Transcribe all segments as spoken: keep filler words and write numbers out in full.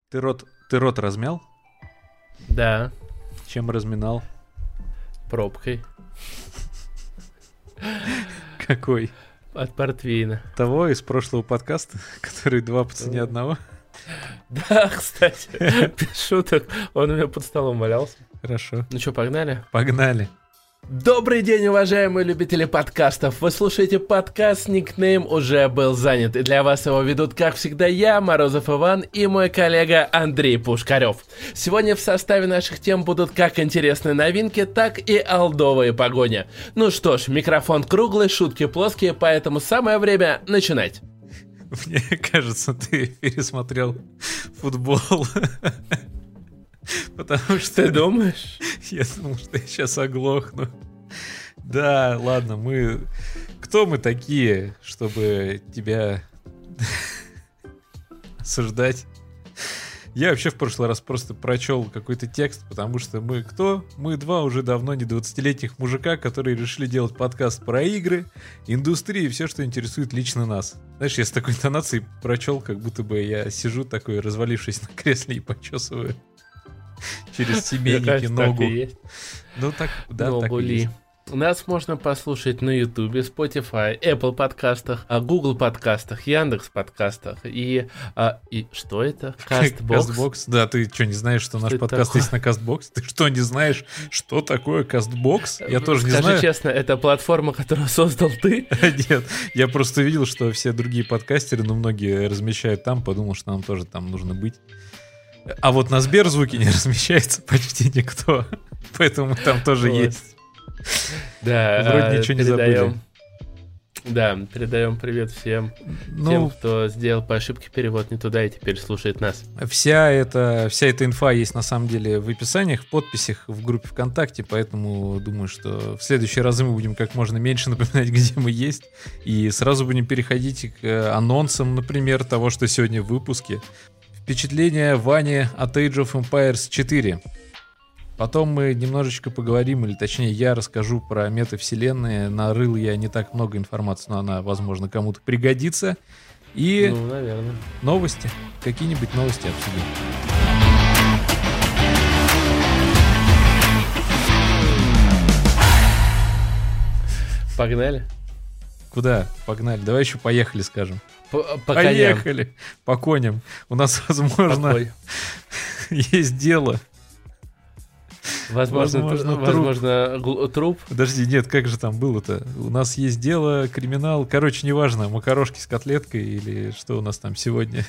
Ты рот, ты рот размял? Да. Чем разминал? Пробкой. Какой? От портвейна. Того из прошлого подкаста, который два по цене одного? Да, кстати, без шуток. Он у меня под столом валялся. Хорошо. Ну что, погнали? Погнали. Добрый день, уважаемые любители подкастов. Вы слушаете подкаст «Никнейм уже был занят». И для вас его ведут, как всегда, я, Морозов Иван, и мой коллега Андрей Пушкарев. Сегодня в составе наших тем будут как интересные новинки, так и олдовые погони. Ну что ж, микрофон круглый, шутки плоские, поэтому самое время начинать. Мне кажется, ты пересмотрел футбол. Потому что... Ты думаешь? Я думал, что я сейчас оглохну. Да, ладно, мы... Кто мы такие, чтобы тебя осуждать? Я вообще в прошлый раз просто прочел какой-то текст, потому что мы кто? Мы два уже давно не двадцатилетних мужика, которые решили делать подкаст про игры, индустрию и все, что интересует лично нас. Знаешь, я с такой интонацией прочел, как будто бы я сижу такой, развалившись на кресле и почесываю через семейники ногу. Ну так, да, так и есть. Нас можно послушать на YouTube, Spotify, Apple подкастах, Google подкастах, Яндекс подкастах и... А, и что это? Castbox? Castbox? Да, ты что, не знаешь, что, что наш подкаст такое? Есть на Castbox? Ты что, не знаешь, что такое Castbox? Я тоже Скажи не знаю. Скажи честно, это платформа, которую создал ты? Нет, я просто видел, что все другие подкастеры, ну, многие размещают там, подумал, что нам тоже там нужно быть. А вот на Сберзвуке не размещается почти никто, поэтому там тоже вот есть. Да, вроде ничего не забыли. Да, передаем привет всем ну, тем, кто сделал по ошибке перевод не туда и теперь слушает нас. Вся эта, вся эта инфа есть на самом деле в описаниях, в подписях, в группе ВКонтакте, поэтому думаю, что в следующие разы мы будем как можно меньше напоминать, где мы есть, и сразу будем переходить к анонсам, например, того, что сегодня в выпуске. Впечатление Вани от Age of Empires четыре. Потом мы немножечко поговорим, или точнее я расскажу про метавселенные. Нарыл я не так много информации, но она, возможно, кому-то пригодится. И ну, наверное. Новости. Какие-нибудь новости обсудим. Погнали? Куда? Погнали. Давай еще поехали, скажем. По, по поехали. Коням. По коням. У нас, возможно, Покой. есть дело. Возможно, возможно, труп. возможно, труп. Подожди, нет, как же там было-то? У нас есть дело, криминал. Короче, неважно, макарошки с котлеткой или что у нас там сегодня.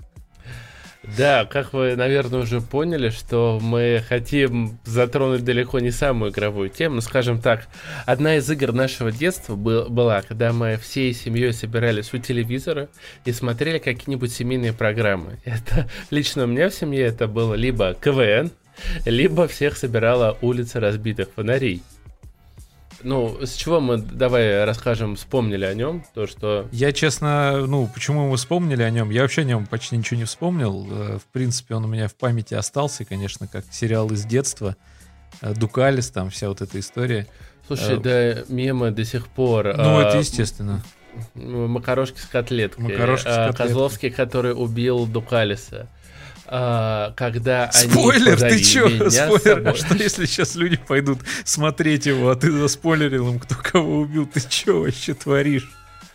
Да, как вы, наверное, уже поняли, что мы хотим затронуть далеко не самую игровую тему. Ну, скажем так, одна из игр нашего детства был, была, когда мы всей семьей собирались у телевизора и смотрели какие-нибудь семейные программы. Это лично у меня в семье это было либо КВН, либо всех собирала улица разбитых фонарей. Ну, с чего мы, давай расскажем, вспомнили о нем, то что... Я, честно, ну, почему мы вспомнили о нем? Я вообще о нем почти ничего не вспомнил. В принципе, он у меня в памяти остался, конечно, как сериал из детства. Дукалис, там вся вот эта история. Слушай, а... да, мемы до сих пор... Ну, а... это естественно. Макарошки с котлеткой. Макарошки с котлеткой. Козловский, который убил Дукалиса. А, когда спойлер, они ты чё? Спойлер, а что если сейчас люди пойдут смотреть его, а ты заспойлерил им, кто кого убил? Ты чё вообще творишь?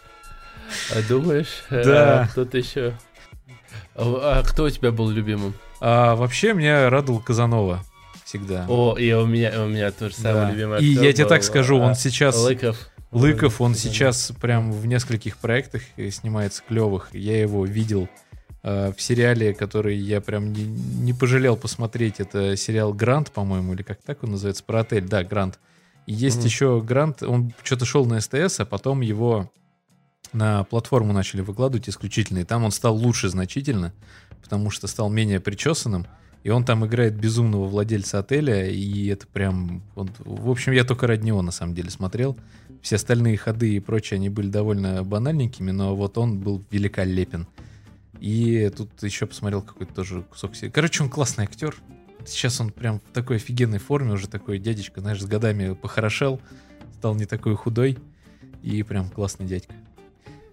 А думаешь? Да. А, кто-то еще. А, а кто у тебя был любимым? А, вообще меня радовал Казанова всегда. О, и у меня, у меня тоже самый да. любимый актер. И я тебе был, так скажу, он а, сейчас... Лыков. Лыков, он сейчас прям в нескольких проектах снимается клевых. Я его видел в сериале, который я прям не, не пожалел посмотреть. Это сериал «Грант», по-моему, или как так он называется? Про отель, да, «Грант». И есть mm-hmm. еще «Грант», он что-то шел на СТС, а потом его на платформу начали выкладывать исключительно. И там он стал лучше значительно, потому что стал менее причесанным. И он там играет безумного владельца отеля, и это прям... Он, в общем, я только ради него, на самом деле, смотрел. Все остальные ходы и прочее, они были довольно банальненькими, но вот он был великолепен. И тут еще посмотрел какой-то тоже кусок серии. Короче, он классный актер. Сейчас он прям в такой офигенной форме, уже такой дядечка, знаешь, с годами похорошел, стал не такой худой. И прям классный дядька.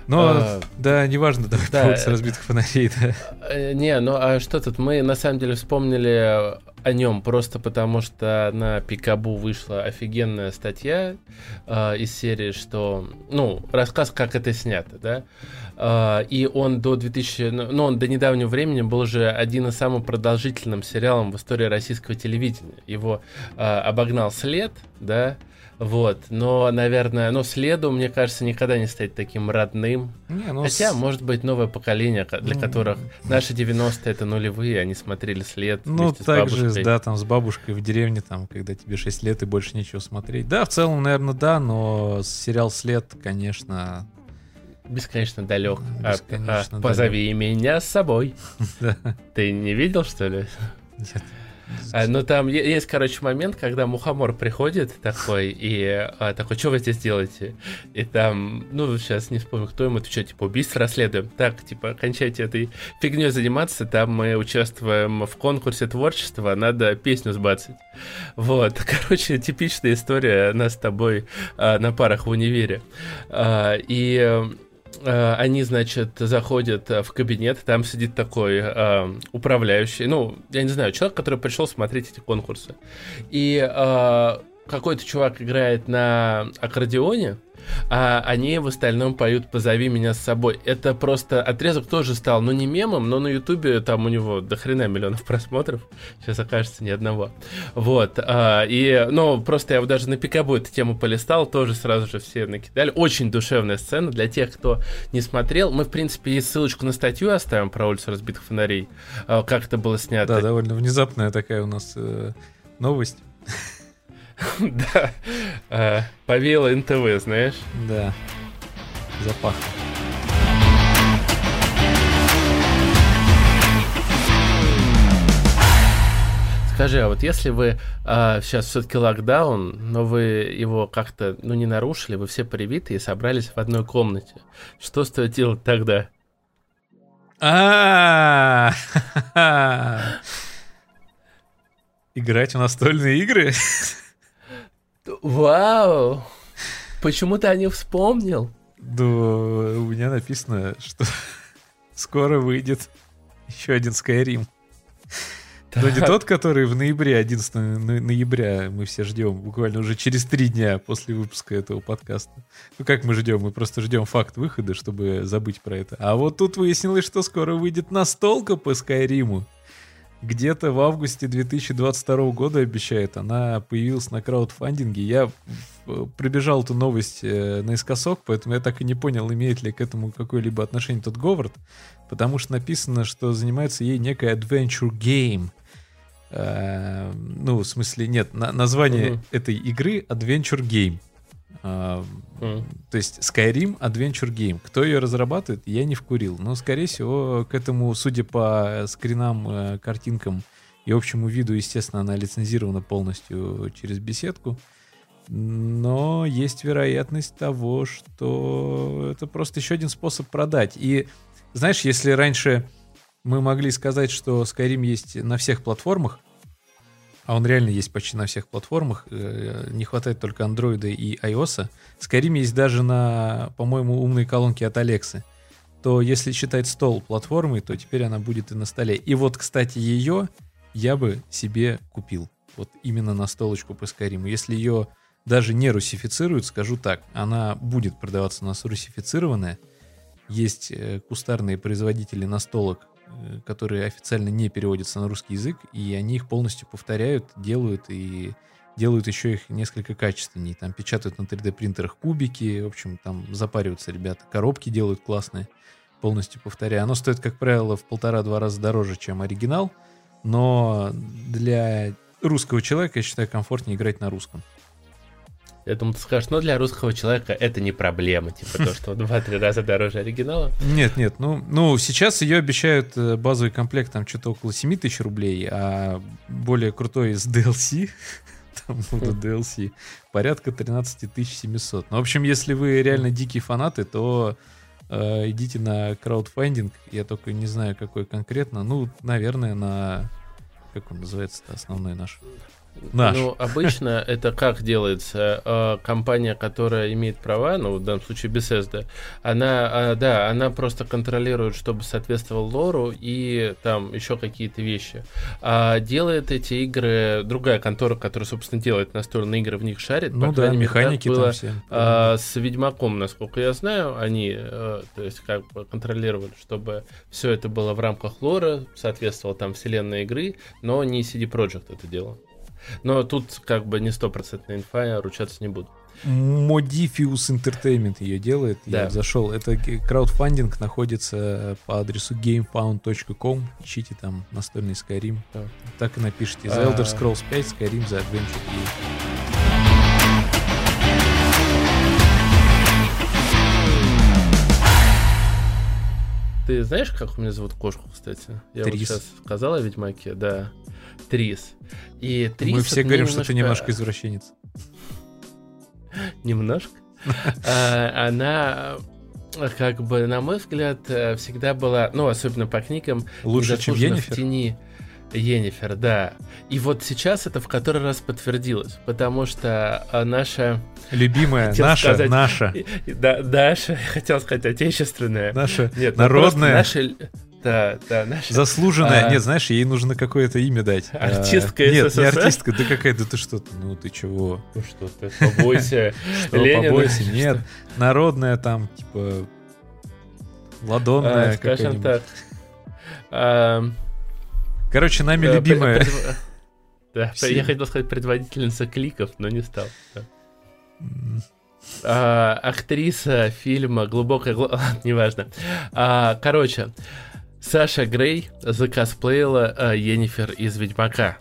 Но, А, да, неважно, давай да, по улице разбитых фонарей, да. э, Не, ну а что тут? Мы на самом деле вспомнили о нем просто потому, что на Пикабу вышла офигенная статья э, из серии, что, ну, рассказ, как это снято, да, Э, и он до две тысячи, ну, он до недавнего времени был уже один из самых продолжительных сериалов в истории российского телевидения. Его э, обогнал «След», да, вот, но, наверное, ну, «Следу», мне кажется, никогда не стать таким родным. Не, ну, Хотя, с- может быть, новое поколение, ко- для Ну, которых наши девяностые это нулевые, они смотрели «След» Ну, вместе с так же, бабушкой. да, там с бабушкой в деревне, там, когда тебе шесть лет и больше нечего смотреть. Да, в целом, наверное, да, но сериал «След», конечно... Бесконечно далек. Бесконечно Позови меня с собой. Да. Ты не видел, что ли? Нет. А, ну, там е- есть, короче, момент, когда Мухомор приходит такой, и а, такой, что вы здесь делаете? И там, ну, сейчас не вспомню, кто ему отвечает, типа, убийство расследуем. Так, типа, кончайте этой фигней заниматься, там мы участвуем в конкурсе творчества, надо песню сбацать. Вот, короче, типичная история нас с тобой а, на парах в универе. А, и... э, они, значит, заходят э, в кабинет, там сидит такой э, управляющий, ну, я не знаю, человек, который пришел смотреть эти конкурсы. И э, какой-то чувак играет на аккордеоне, а они в остальном поют «Позови меня с собой». Это просто отрезок тоже стал, ну, не мемом, но на Ютубе там у него до хрена миллионов просмотров. Сейчас окажется ни одного. Вот. А, и, ну, просто я вот даже на Пикабу эту тему полистал, тоже сразу же все накидали. Очень душевная сцена для тех, кто не смотрел. Мы, в принципе, и ссылочку на статью оставим про улицу разбитых фонарей, а, как это было снято. Да, довольно внезапная такая у нас э, новость. Да. А, повеяло эн тэ вэ, знаешь. Да. Запах. Скажи, а вот если вы а, сейчас все-таки локдаун, но вы его как-то, ну, не нарушили, вы все привиты и собрались в одной комнате, что стоит делать тогда? А, играть в настольные игры? Вау! Почему ты о них вспомнил? Да, у меня написано, что скоро выйдет еще один Skyrim. Но не тот, который в ноябре, одиннадцатого ноября мы все ждем, буквально уже через три дня после выпуска этого подкаста. Ну как мы ждем? Мы просто ждем факт выхода, чтобы забыть про это. А вот тут выяснилось, что скоро выйдет настолка по Скайриму. Где-то в августе две тысячи двадцать второго года обещает. Она появилась на краудфандинге. Я пробежал эту новость наискосок, поэтому я так и не понял, имеет ли к этому какое-либо отношение тот Говард. Потому что написано, что занимается ей некая Adventure Game. Uh, ну, в смысле, нет, на- название uh-huh. этой игры Adventure Game. Uh, uh-huh. То есть Skyrim Adventure Game. Кто ее разрабатывает, я не вкурил. Но, скорее всего, к этому, судя по скринам, картинкам и общему виду, естественно, она лицензирована полностью через беседку. Но есть вероятность того, что это просто еще один способ продать. И, знаешь, если раньше мы могли сказать, что Skyrim есть на всех платформах, а он реально есть почти на всех платформах, не хватает только Android и iOS. Skyrim есть даже на, по-моему, умной колонке от Alexa. То если считать стол платформой, то теперь она будет и на столе. И вот, кстати, ее я бы себе купил. Вот именно на столочку по Skyrim. Если ее даже не русифицируют, скажу так, она будет продаваться у нас русифицированная. Есть кустарные производители настолок, которые официально не переводятся на русский язык, и они их полностью повторяют, делают, и делают еще их несколько качественнее. Там печатают на три дэ принтерах кубики, в общем, там запариваются ребята. Коробки делают классные, полностью повторяя. Оно стоит, как правило, в полтора-два раза дороже, чем оригинал, но для русского человека, я считаю, комфортнее играть на русском. Я думаю, ты скажешь, но для русского человека это не проблема, типа то, что два-три раза дороже оригинала. Нет, нет, ну, ну сейчас ее обещают базовый комплект там что-то около семь тысяч рублей, а более крутой с ди эл си, там будут ди эл си, порядка тринадцать тысяч семьсот. Ну, в общем, если вы реально дикие фанаты, то э, идите на краудфандинг, я только не знаю, какой конкретно, ну, наверное, на... Как он называется-то, основной наш? Наш. Ну, обычно это как делается? Компания, которая имеет права, ну, в данном случае Bethesda, она, да, она просто контролирует, чтобы соответствовал лору и там еще какие-то вещи. А делает эти игры другая контора, которая, собственно, делает настольные игры, в них шарит. Ну да, механики там все. А, с Ведьмаком, насколько я знаю, они, то есть, как бы контролировали, чтобы все это было в рамках лора, соответствовало там вселенной игры, но не си ди Projekt это дело. Но тут как бы не стопроцентная инфа, я ручаться не буду. Modifius Entertainment ее делает. Да. Я зашел. Это краудфандинг, находится по адресу gamefound точка ком. Ищите там настольный Skyrim. Да. Так и напишите. The Elder Scrolls пять, Skyrim, The Adventure. Ты знаешь, как у меня зовут кошку, кстати? Я Трис. вот сейчас сказал о Ведьмаке, да. Трис. И Трис. Мы все говорим, немножко... что ты немножко извращенец. Немножко? Она, как бы, на мой взгляд, всегда была, ну, особенно по книгам, лучше, чем Йеннифер? В тени. Йеннифер, да. И вот сейчас это в который раз подтвердилось, потому что наша... Любимая, наша, сказать, наша. Да, наша, я хотел сказать, отечественная. Наша, нет, народная. Наша, да, да, наша. Заслуженная. А... Нет, знаешь, ей нужно какое-то имя дать. Артистка а... Нет, СССР? не артистка, да какая-то, ты что-то, ну ты чего? Ну что ты, побойся Ленина. Побойся, нет. Народная там, типа, ладонная какая-нибудь. Скажем так. Короче, нами э, любимая. Пред... Да, Все. Я хотел сказать предводительница кликов, но не стал. Да. Mm. А, актриса фильма «Глубокая...» Неважно. А, короче, Саша Грей закосплеила а, Йеннифер из «Ведьмака».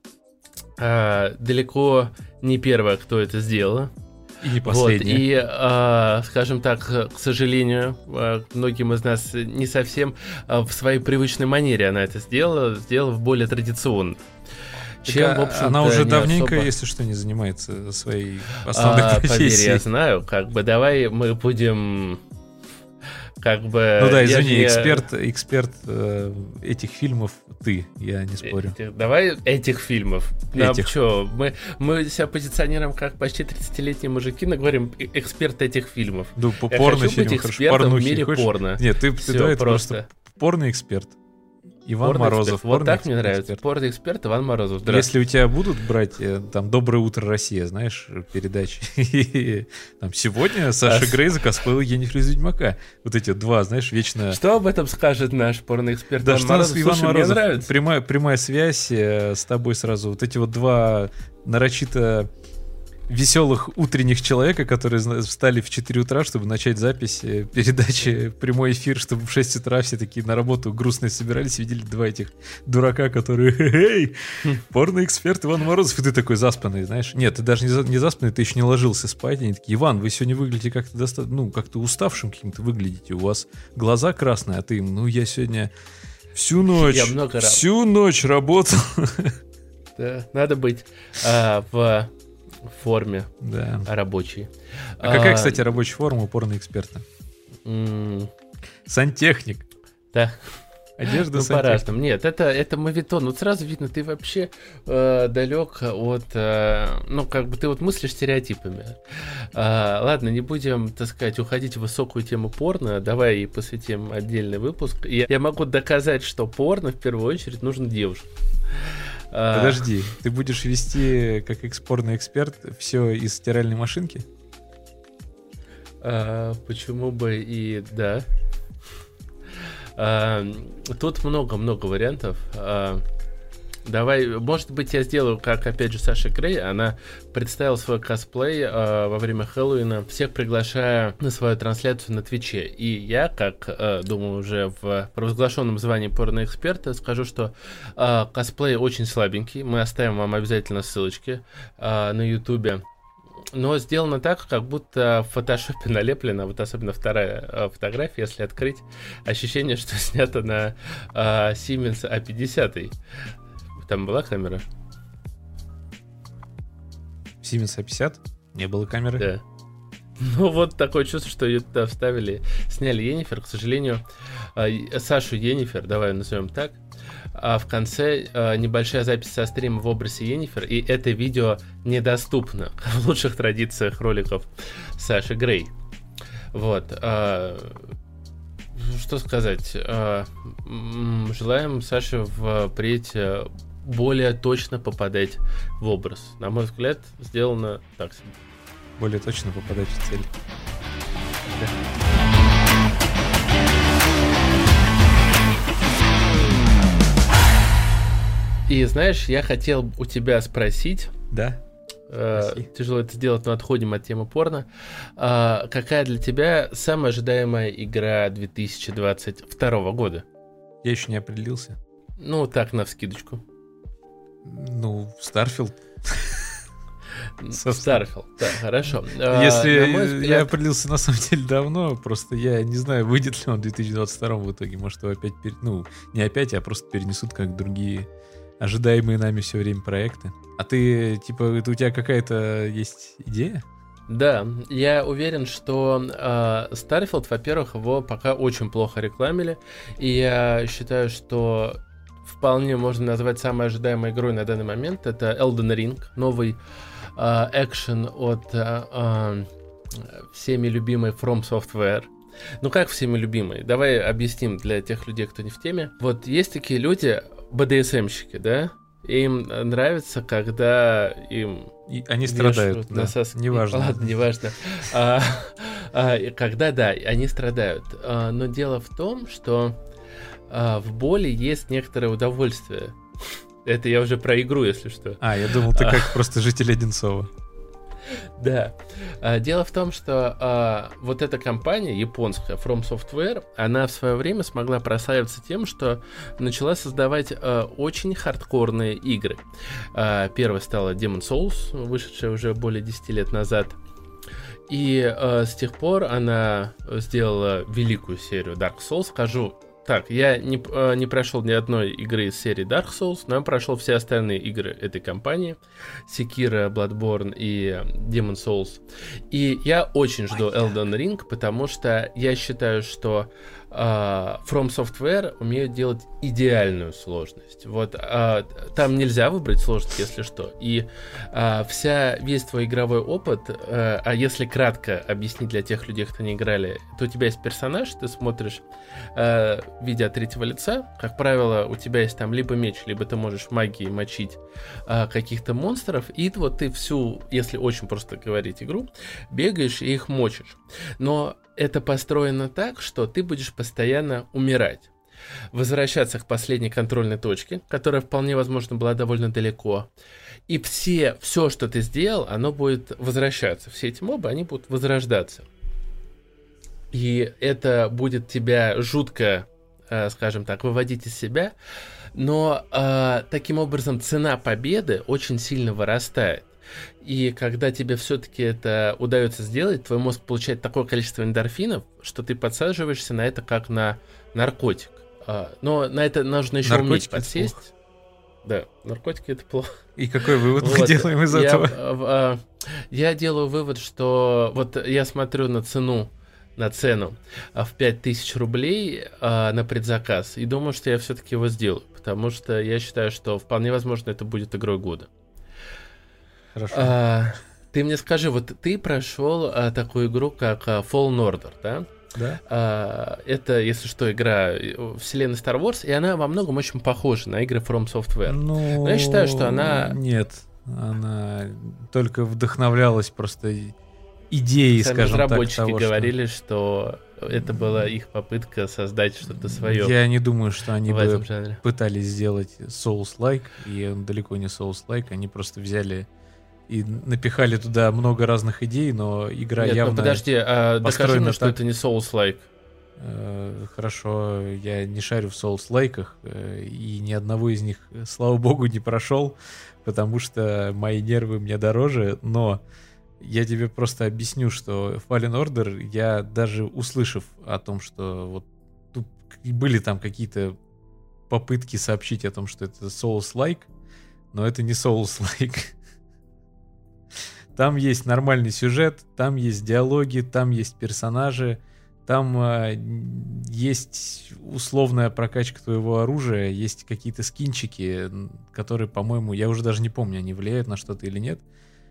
А, далеко не первая, кто это сделала. И не последняя. Вот, и, а, скажем так, к сожалению, многим из нас не совсем в своей привычной манере она это сделала, сделала в более традиционно. Чем, в общем-то, она уже давненько, особо... если что, не занимается своей основной а, профессией. Поверь, я знаю, как бы, давай мы будем... Как бы, ну да, извини, не... эксперт, эксперт э, этих фильмов ты, я не спорю. Этих, давай этих фильмов. Нам этих. Что, мы, мы себя позиционируем как почти тридцатилетние мужики, но говорим эксперт этих фильмов. Ну, по порно-фильмам, хорошо, порнухи. В мире хочешь? порно. Нет, ты, ты давай просто порно-эксперт. Иван порно Морозов. Вот так мне нравится. Порно-эксперт Иван Морозов. Если у тебя будут брать там «Доброе утро, Россия», знаешь, передачи. Там сегодня Саша а Грей закосплеила Йеннифер из «Ведьмака». Вот эти два, знаешь, вечно... Что об этом скажет наш порно-эксперт да, Иван что Морозов? Иван Слушай, Морозов. Мне нравится. Прямая, прямая связь с тобой сразу. Вот эти вот два нарочито... веселых утренних человека, которые встали в четыре утра, чтобы начать запись передачи, прямой эфир, чтобы в шесть утра все такие на работу грустные собирались, видели два этих дурака, которые «Эй, порно-эксперт Иван Морозов», и ты такой заспанный, знаешь. Нет, ты даже не, не заспанный, ты еще не ложился спать, они такие: «Иван, вы сегодня выглядите как-то достаточно, ну, как-то уставшим каким-то выглядите, у вас глаза красные», а ты им: «Ну, я сегодня всю ночь, я много всю ночь работал». Да, надо быть а, в... в форме да. рабочей. А, а какая, кстати, рабочая форма у порно-эксперта? М- Сантехник. Да. Одежда ну, сантехник. по-разному. Нет, это, это мавитон. Вот сразу видно, ты вообще э, далек от... Э, ну, как бы ты вот мыслишь стереотипами. Э, ладно, не будем, так сказать, уходить в высокую тему порно. Давай посвятим отдельный выпуск. Я, я могу доказать, что порно в первую очередь нужно девушкам. Подожди, ты будешь вести как экспортный эксперт все из стиральной машинки? А, почему бы и да. А, тут много-много вариантов. А, давай, может быть, я сделаю, как, опять же, Саша Грей. Она представила свой косплей а, во время Хэллоуина, всех приглашая на свою трансляцию на Твиче. И я, как, а, думаю, уже в провозглашенном звании порно-эксперта, скажу, что а, косплей очень слабенький. Мы оставим вам обязательно ссылочки а, на Ютубе. Но сделано так, как будто в фотошопе налеплено, вот особенно вторая а, фотография, если открыть, ощущение, что снято на а, Siemens а пятьдесят. Там была камера? Siemens а пятьдесят? Не было камеры? Да. Ну, вот такое чувство, что ее туда вставили, сняли Йеннифер, к сожалению, Сашу Йеннифер, давай назовем так, а в конце небольшая запись со стрима в образе Йеннифер, и это видео недоступно в лучших традициях роликов Саши Грей. Вот. Что сказать? Желаем Саше впредь более точно попадать в образ. На мой взгляд, сделано так себе. Более точно попадать в цель. Да. И знаешь, я хотел у тебя спросить. Да. Э, тяжело это сделать, но отходим от темы порно. Э, какая для тебя самая ожидаемая игра две тысячи двадцать второго года? Я еще не определился. Ну, так, навскидочку. Ну, Starfield. Starfield, да, хорошо. Если взгляд... я определился на самом деле давно, просто я не знаю, выйдет ли он в две тысячи двадцать втором в итоге. Может, его опять, пер... ну, не опять, а просто перенесут, как другие ожидаемые нами все время проекты. А ты, типа, это у тебя какая-то есть идея? Да, я уверен, что э, Starfield, во-первых, его пока очень плохо рекламили, и я считаю, что вполне можно назвать самой ожидаемой игрой на данный момент. Это Elden Ring, новый э, экшен от э, э, всеми любимой From Software. Ну как всеми любимой? Давай объясним для тех людей, кто не в теме. Вот есть такие люди, би ди эс эм-щики, да? Им нравится, когда им... И они страдают, да, сос... неважно. Ладно, неважно. а, а, когда, да, они страдают. А, но дело в том, что а, в боли есть некоторое удовольствие. Это я уже про игру, если что. А, я думал, ты как просто житель Одинцова. Да. А, дело в том, что а, вот эта компания японская, From Software, она в свое время смогла прославиться тем, что начала создавать а, очень хардкорные игры. А, первой стала Demon's Souls, вышедшая уже более десять лет назад. И а, с тех пор она сделала великую серию Dark Souls. Скажу так, я не, не прошел ни одной игры из серии Dark Souls, но я прошел все остальные игры этой компании. Sekiro, Bloodborne и Demon's Souls. И я очень жду Elden Ring, потому что я считаю, что Uh, From Software умеют делать идеальную сложность. Вот uh, там нельзя выбрать сложность, если что. И uh, вся весь твой игровой опыт, uh, а если кратко объяснить для тех людей, кто не играли, то у тебя есть персонаж, ты смотришь uh, видео от третьего лица. Как правило, у тебя есть там либо меч, либо ты можешь магией мочить uh, каких-то монстров. И вот ты всю, если очень просто говорить игру, бегаешь и их мочишь. Но это построено так, что ты будешь постоянно умирать, возвращаться к последней контрольной точке, которая вполне возможно была довольно далеко, и все, все, что ты сделал, оно будет возвращаться. Все эти мобы, они будут возрождаться. И это будет тебя жутко, скажем так, выводить из себя, но таким образом цена победы очень сильно вырастает. И когда тебе все-таки это удается сделать, твой мозг получает такое количество эндорфинов, что ты подсаживаешься на это как на наркотик. Но на это нужно еще наркотики уметь подсесть. Да, наркотики это плохо. И какой вывод вот. мы делаем из я, этого? Я делаю вывод, что вот я смотрю на цену, на цену в пять тысяч рублей на предзаказ и думаю, что я все-таки его сделаю, потому что я считаю, что вполне возможно это будет игрой года. Хорошо. А, ты мне скажи, вот ты прошел а, такую игру, как а, Fallen Order, да? Да. А, это, если что, игра вселенной Star Wars, и она во многом очень похожа на игры From Software. Ну, но я считаю, что она... Нет, она только вдохновлялась просто идеей, Сами скажем разработчики так, того, говорили, что... что это была их попытка создать что-то свое. Я не думаю, что они бы жанре. пытались сделать Souls-like, и он далеко не Souls-like, они просто взяли... И напихали туда много разных идей, но игра Нет, явно... ну подожди, а докажи мне, что так... это не Souls-like. Э, хорошо, я не шарю в Souls-лайках, э, и ни одного из них, слава богу, не прошел, потому что мои нервы мне дороже, но я тебе просто объясню, что Fallen Order, я даже услышав о том, что вот тут были там какие-то попытки сообщить о том, что это Souls-like, но это не Souls-like. Там есть нормальный сюжет, там есть диалоги, там есть персонажи, там э, есть условная прокачка твоего оружия, есть какие-то скинчики, которые, по-моему, я уже даже не помню, они влияют на что-то или нет,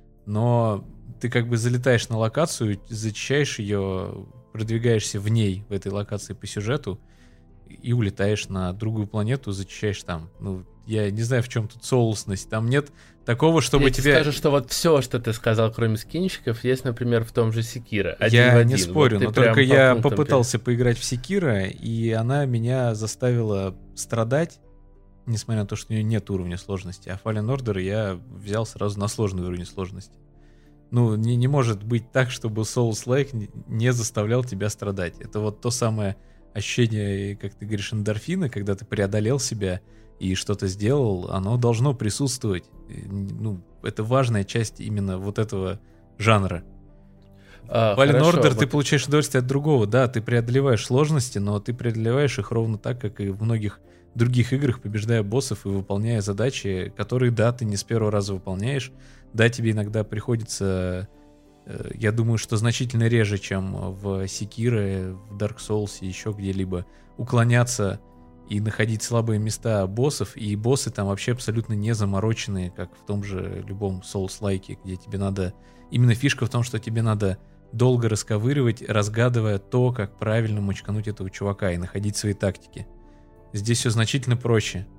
но ты как бы залетаешь на локацию, зачищаешь ее, продвигаешься в ней, в этой локации по сюжету, и улетаешь на другую планету, зачищаешь там. Ну, я не знаю, в чем тут соусность. Там нет такого, чтобы я тебе... Я скажу, что вот все, что ты сказал, кроме скинчиков, есть, например, в том же Секиро. Я не спорю, вот но только я по попытался поиграть в Секиро, и она меня заставила страдать, несмотря на то, что у нее нет уровня сложности. А Fallen Order я взял сразу на сложный уровень сложности. Ну, не, не может быть так, чтобы Souls-like не заставлял тебя страдать. Это вот то самое ощущение, как ты говоришь, эндорфина, когда ты преодолел себя и что-то сделал, оно должно присутствовать. Ну, это важная часть именно вот этого жанра. А, Fallen хорошо, Order вот... ты получаешь удовольствие от другого. Да, ты преодолеваешь сложности, но ты преодолеваешь их ровно так, как и в многих других играх, побеждая боссов и выполняя задачи, которые, да, ты не с первого раза выполняешь. Да, тебе иногда приходится, я думаю, что значительно реже, чем в Sekiro, в Dark Souls и еще где-либо, уклоняться и находить слабые места боссов, и боссы там вообще абсолютно не замороченные, как в том же любом Souls-like, где тебе надо... Именно фишка в том, что тебе надо долго расковыривать, разгадывая то, как правильно мочкануть этого чувака и находить свои тактики. Здесь все значительно проще.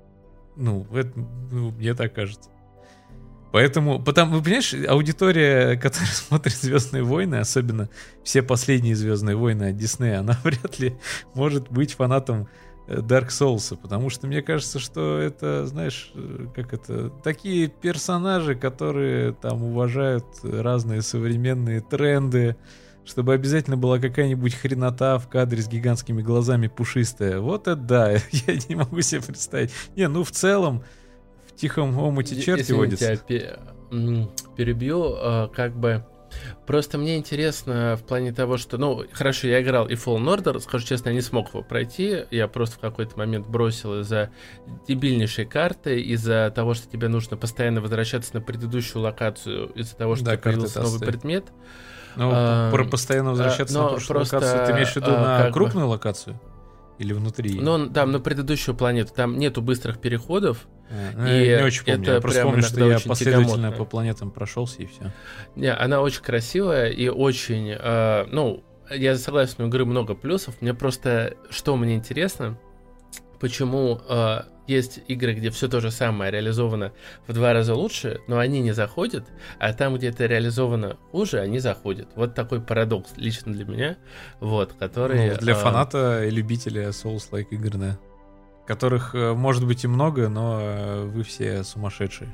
Ну, это, ну, мне так кажется. Поэтому, потому, вы понимаешь, аудитория, которая смотрит «Звездные войны», особенно все последние «Звездные войны» от Диснея, она вряд ли может быть фанатом Dark Souls, потому что мне кажется, что это, знаешь, как это, такие персонажи, которые там уважают разные современные тренды, чтобы обязательно была какая-нибудь хренота в кадре с гигантскими глазами пушистая. Вот это да, я не могу себе представить. Не, ну в целом, в тихом омуте черти водятся. Я перебью, как бы... Просто мне интересно в плане того, что, ну, хорошо, я играл и Fallen Order, скажу честно, я не смог его пройти, я просто в какой-то момент бросил из-за дебильнейшей карты, из-за того, что тебе нужно постоянно возвращаться на предыдущую локацию, из-за того, что да, появился новый стоит. предмет. Ну, а, про постоянно возвращаться а, на прошлую просто, локацию, ты имеешь в виду а, на крупную бы... локацию? Или внутри? Ну, там, на предыдущую планету, там нету быстрых переходов. А, и я не очень помню, это я просто помню, что я последовательно тягомотно. по планетам прошелся и все. Не, она очень красивая и очень, э, ну, я согласен, у игры много плюсов, мне просто, что мне интересно, почему э, есть игры, где все то же самое реализовано в два раза лучше, но они не заходят, а там, где это реализовано хуже, они заходят. Вот такой парадокс лично для меня, вот, который... Ну, для э, фаната и любителя Souls-like игр, да. Которых, может быть, и много, но вы все сумасшедшие.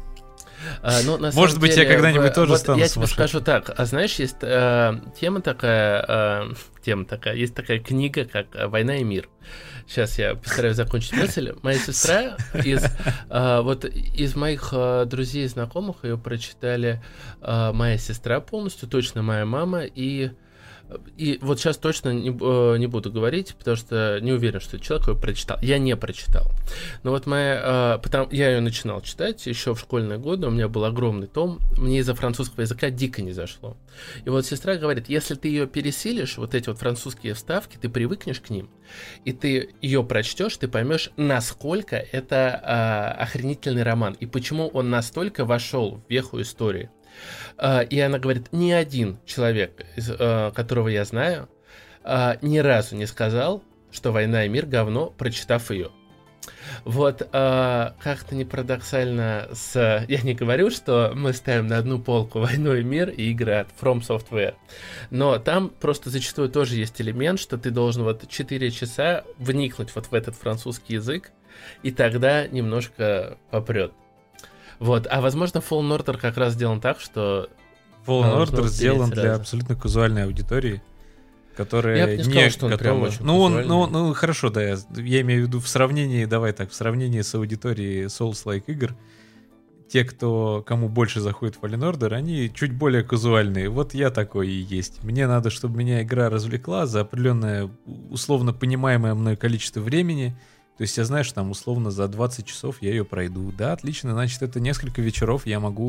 А, ну, на Может быть, деле, я когда-нибудь в... тоже вот стану я сумасшедшим. тебе скажу так, а знаешь, есть э, тема такая, э, тема такая, есть такая книга, как «Война и мир». Сейчас я постараюсь закончить мысль. Моя сестра из, э, вот из моих э, друзей и знакомых ее прочитали э, моя сестра полностью, точно моя мама и... И вот сейчас точно не, э, не буду говорить, потому что не уверен, что человек его прочитал. Я не прочитал. Но вот моя... Э, потому, я ее начинал читать еще в школьные годы, у меня был огромный том, мне из-за французского языка дико не зашло. И вот сестра говорит, если ты ее пересилишь, вот эти вот французские вставки, ты привыкнешь к ним, и ты ее прочтешь, ты поймешь, насколько это э, охренительный роман, и почему он настолько вошел в веху истории. И она говорит, ни один человек, которого я знаю, ни разу не сказал, что «Война и мир» говно, прочитав ее. Вот, как-то не парадоксально с... Я не говорю, что мы ставим на одну полку «Войну и мир» и игры от From Software, но там просто зачастую тоже есть элемент, что ты должен вот четыре часа вникнуть вот в этот французский язык, и тогда немножко попрет. Вот, а возможно, Fallen Order как раз сделан так, что... Fallen Order сделан для абсолютно казуальной аудитории, которая я бы не сказал, не что он готова... прям очень ну, он, ну, ну, хорошо, да, я, я имею в виду в сравнении, давай так, в сравнении с аудиторией Souls-like игр, те, кто, кому больше заходит Fallen Order, они чуть более казуальные. Вот я такой и есть. Мне надо, чтобы меня игра развлекла за определенное, условно понимаемое мной количество времени. То есть я знаю, что там условно за двадцать часов я ее пройду. Да, отлично, значит, это несколько вечеров я могу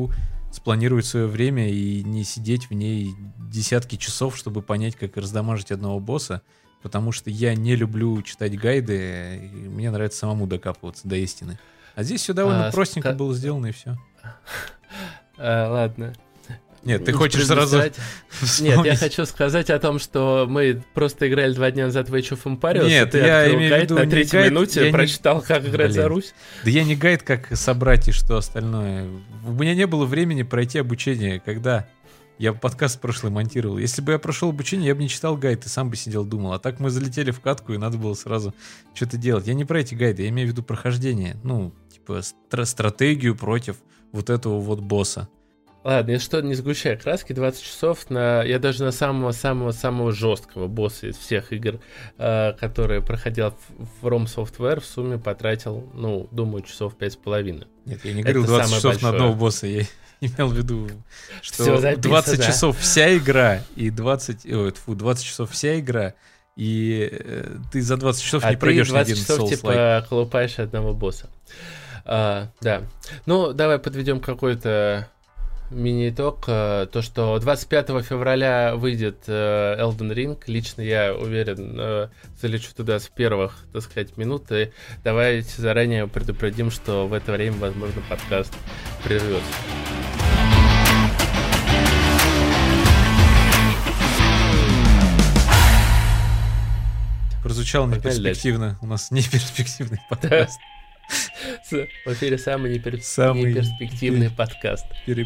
спланировать свое время и не сидеть в ней десятки часов, чтобы понять, как раздамажить одного босса, потому что я не люблю читать гайды, и мне нравится самому докапываться до истины. А здесь все довольно а, простенько ска... было сделано, и все. А, ладно. Нет, ты хочешь сразу... Нет, я хочу сказать о том, что мы просто играли два дня назад в Age of Empires. Нет, я имею в виду на третьей гайд, минуте я прочитал, не... как играть Блин. за Русь. Да я не гайд, как собрать и что остальное. У меня не было времени пройти обучение, когда я подкаст прошлый монтировал. Если бы я прошел обучение, я бы не читал гайд и сам бы сидел думал. А так мы залетели в катку, и надо было сразу что-то делать. Я не про эти гайды, я имею в виду прохождение. Ну, типа стра- стратегию против вот этого вот босса. Ладно, если что, не сгущай краски, двадцать часов на... Я даже на самого-самого-самого жесткого босса из всех игр, э, которые проходил в From Software, в сумме потратил, ну, думаю, часов пять с половиной. Нет, я не говорил двадцать часов большое. На одного босса, я имел в виду, что записано, двадцать да. часов вся игра, и двадцать... Ой, фу, двадцать часов вся игра, и э, ты за двадцать часов а не пройдешь ни один Souls-like. А ты двадцать часов, типа, колупаешь одного босса. А, да. Ну, давай подведем какой-то... мини-итог, то, что двадцать пятого февраля выйдет Elden Ring. Лично я уверен, залечу туда с первых, так сказать, минут. И давайте заранее предупредим, что в это время, возможно, подкаст прервется. Прозвучало неперспективно. У нас неперспективный подкаст. В эфире самый непер... самый неперспективный пер... подкаст.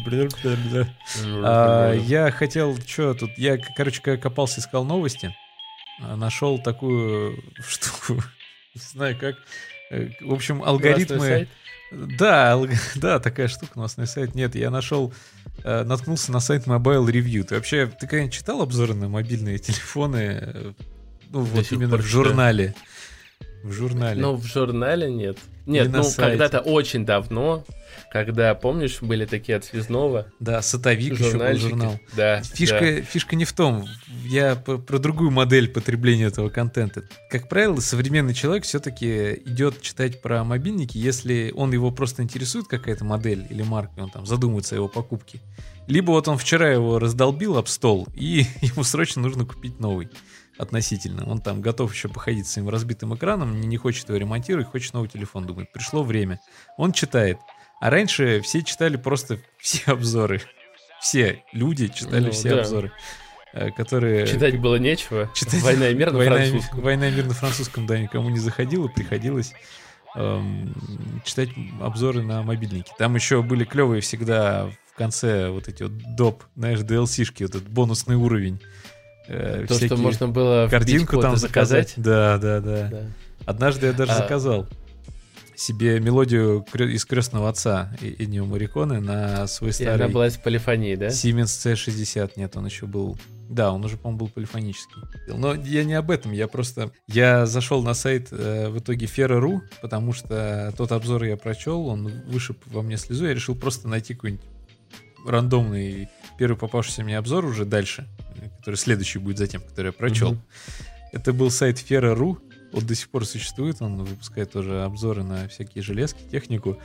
а, я хотел, что тут, я, короче, когда копался, искал новости, нашел такую штуку, не знаю как, в общем, алгоритмы... Да, алг... да, такая штука, новостной сайт. Нет, я нашел, наткнулся на сайт Mobile Review. Ты вообще, ты когда-нибудь читал обзоры на мобильные телефоны? Ну, вот именно в журнале. В журнале. Ну, в журнале нет. Нет, ну, когда-то очень давно, когда, помнишь, были такие от Связного. Да, Сотовик еще был журнал. Да, фишка, да. фишка не в том. Я по, про другую модель потребления этого контента. Как правило, современный человек все-таки идет читать про мобильники, если он его просто интересует, какая-то модель или марка, он там задумывается о его покупке. Либо вот он вчера его раздолбил об стол, и ему срочно нужно купить новый. Относительно. Он там готов еще походить с своим разбитым экраном, не, не хочет его ремонтировать, хочет новый телефон. Думает, пришло время. Он читает. А раньше все читали просто все обзоры. Все люди читали ну, все да. обзоры. Которые... Читать было нечего. Читать... Война и мир на Война, французском. Война и мир на французском, да, никому не заходило. Приходилось эм, читать обзоры на мобильники. Там еще были клевые всегда в конце вот эти вот доп, знаешь, ди эл си-шки, вот этот бонусный уровень. То, что можно было картинку там заказать. Да, да, да, да. Однажды я даже а... заказал себе мелодию из «Крестного отца» Эннио Морриконе на свой старый... И она была из полифонии, да? Siemens си шестьдесят. Нет, он еще был... Да, он уже, по-моему, был полифонический. Но я не об этом, я просто... Я зашел на сайт э, в итоге Fera точка ру, потому что тот обзор я прочел, он вышиб во мне слезу, я решил просто найти какой-нибудь рандомный первый попавшийся мне обзор уже дальше, который следующий будет за тем, который я прочел. Mm-hmm. Это был сайт Fera точка ру, он до сих пор существует, он выпускает тоже обзоры на всякие железки, технику.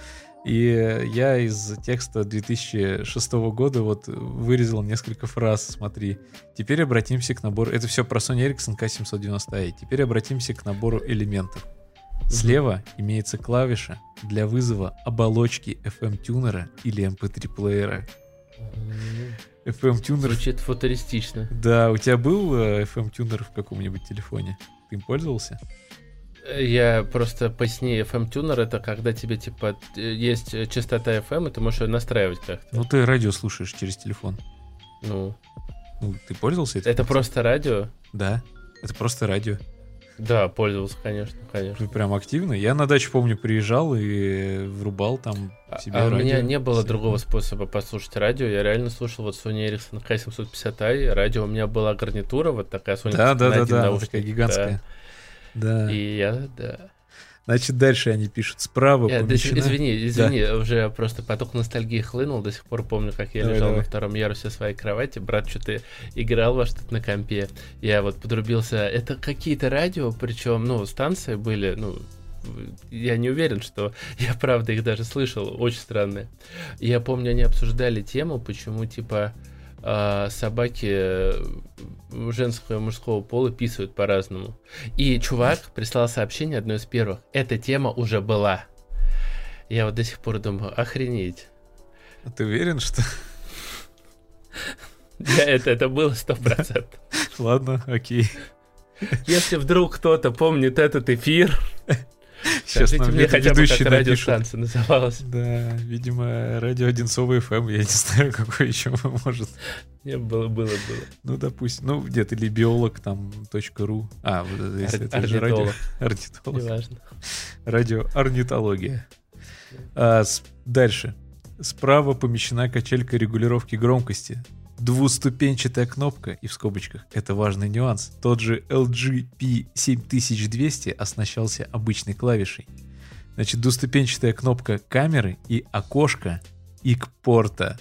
И я из текста две тысячи шестого года вот вырезал несколько фраз, смотри. Теперь обратимся к набору... Это все про Sony Ericsson кей семьсот девяносто ай. Теперь обратимся к набору элементов. Слева mm-hmm. имеется клавиша для вызова оболочки эф эм-тюнера или эм пи три-плеера. эф эм-тюнер... Звучит футуристично. Да, у тебя был эф эм-тюнер в каком-нибудь телефоне? Ты им пользовался? Я просто поясню, эф эм-тюнер это когда тебе типа есть частота эф эм, и ты можешь ее настраивать как-то. Ну ты радио слушаешь через телефон. Ну. Ну, ты пользовался этим? Это просто радио? Да, это просто радио. Да, пользовался, конечно, конечно. Прям активно. Я на дачу, помню, приезжал и врубал там себе а, радио. А у меня не было другого способа послушать радио. Я реально слушал вот Sony Ericsson кей семьсот пятьдесят ай. Радио у меня была гарнитура вот такая Sony да, да, да, да, вот такая гигантская. Да. да. И я, да. Значит, дальше они пишут справа. Я, помещена... Извини, извини, да. Уже просто поток ностальгии хлынул. До сих пор помню, как я давай, лежал давай. на втором ярусе своей кровати. Брат что-то играл во что-то на компе. Я вот подрубился. Это какие-то радио, причем, ну, станции были, ну, я не уверен, что я правда их даже слышал, очень странные. Я помню, они обсуждали тему, почему, типа, собаки женского и мужского пола писают по-разному. И чувак прислал сообщение, одно из первых. Эта тема уже была. Я вот до сих пор думаю, охренеть. А ты уверен, что... Я, это, это было сто процентов. Ладно, окей. Если вдруг кто-то помнит этот эфир... Сейчас скажите нам мне хотя бы, как ведущий радиостанция называлась. Да, видимо, радио Одинцово эф эм, я не знаю, какой еще может. Не, было, было, было. Ну, допустим, ну, где-то или биолог там, .ру. А, если Ор- это же радио. орнитолог. Орнитолог. Неважно. Радио орнитология. А, с- дальше. Справа помещена качелька регулировки громкости. Двуступенчатая кнопка, и в скобочках, это важный нюанс. Тот же эл джи пи семь тысяч двести оснащался обычной клавишей. Значит, двуступенчатая кнопка камеры и окошко ик-порта.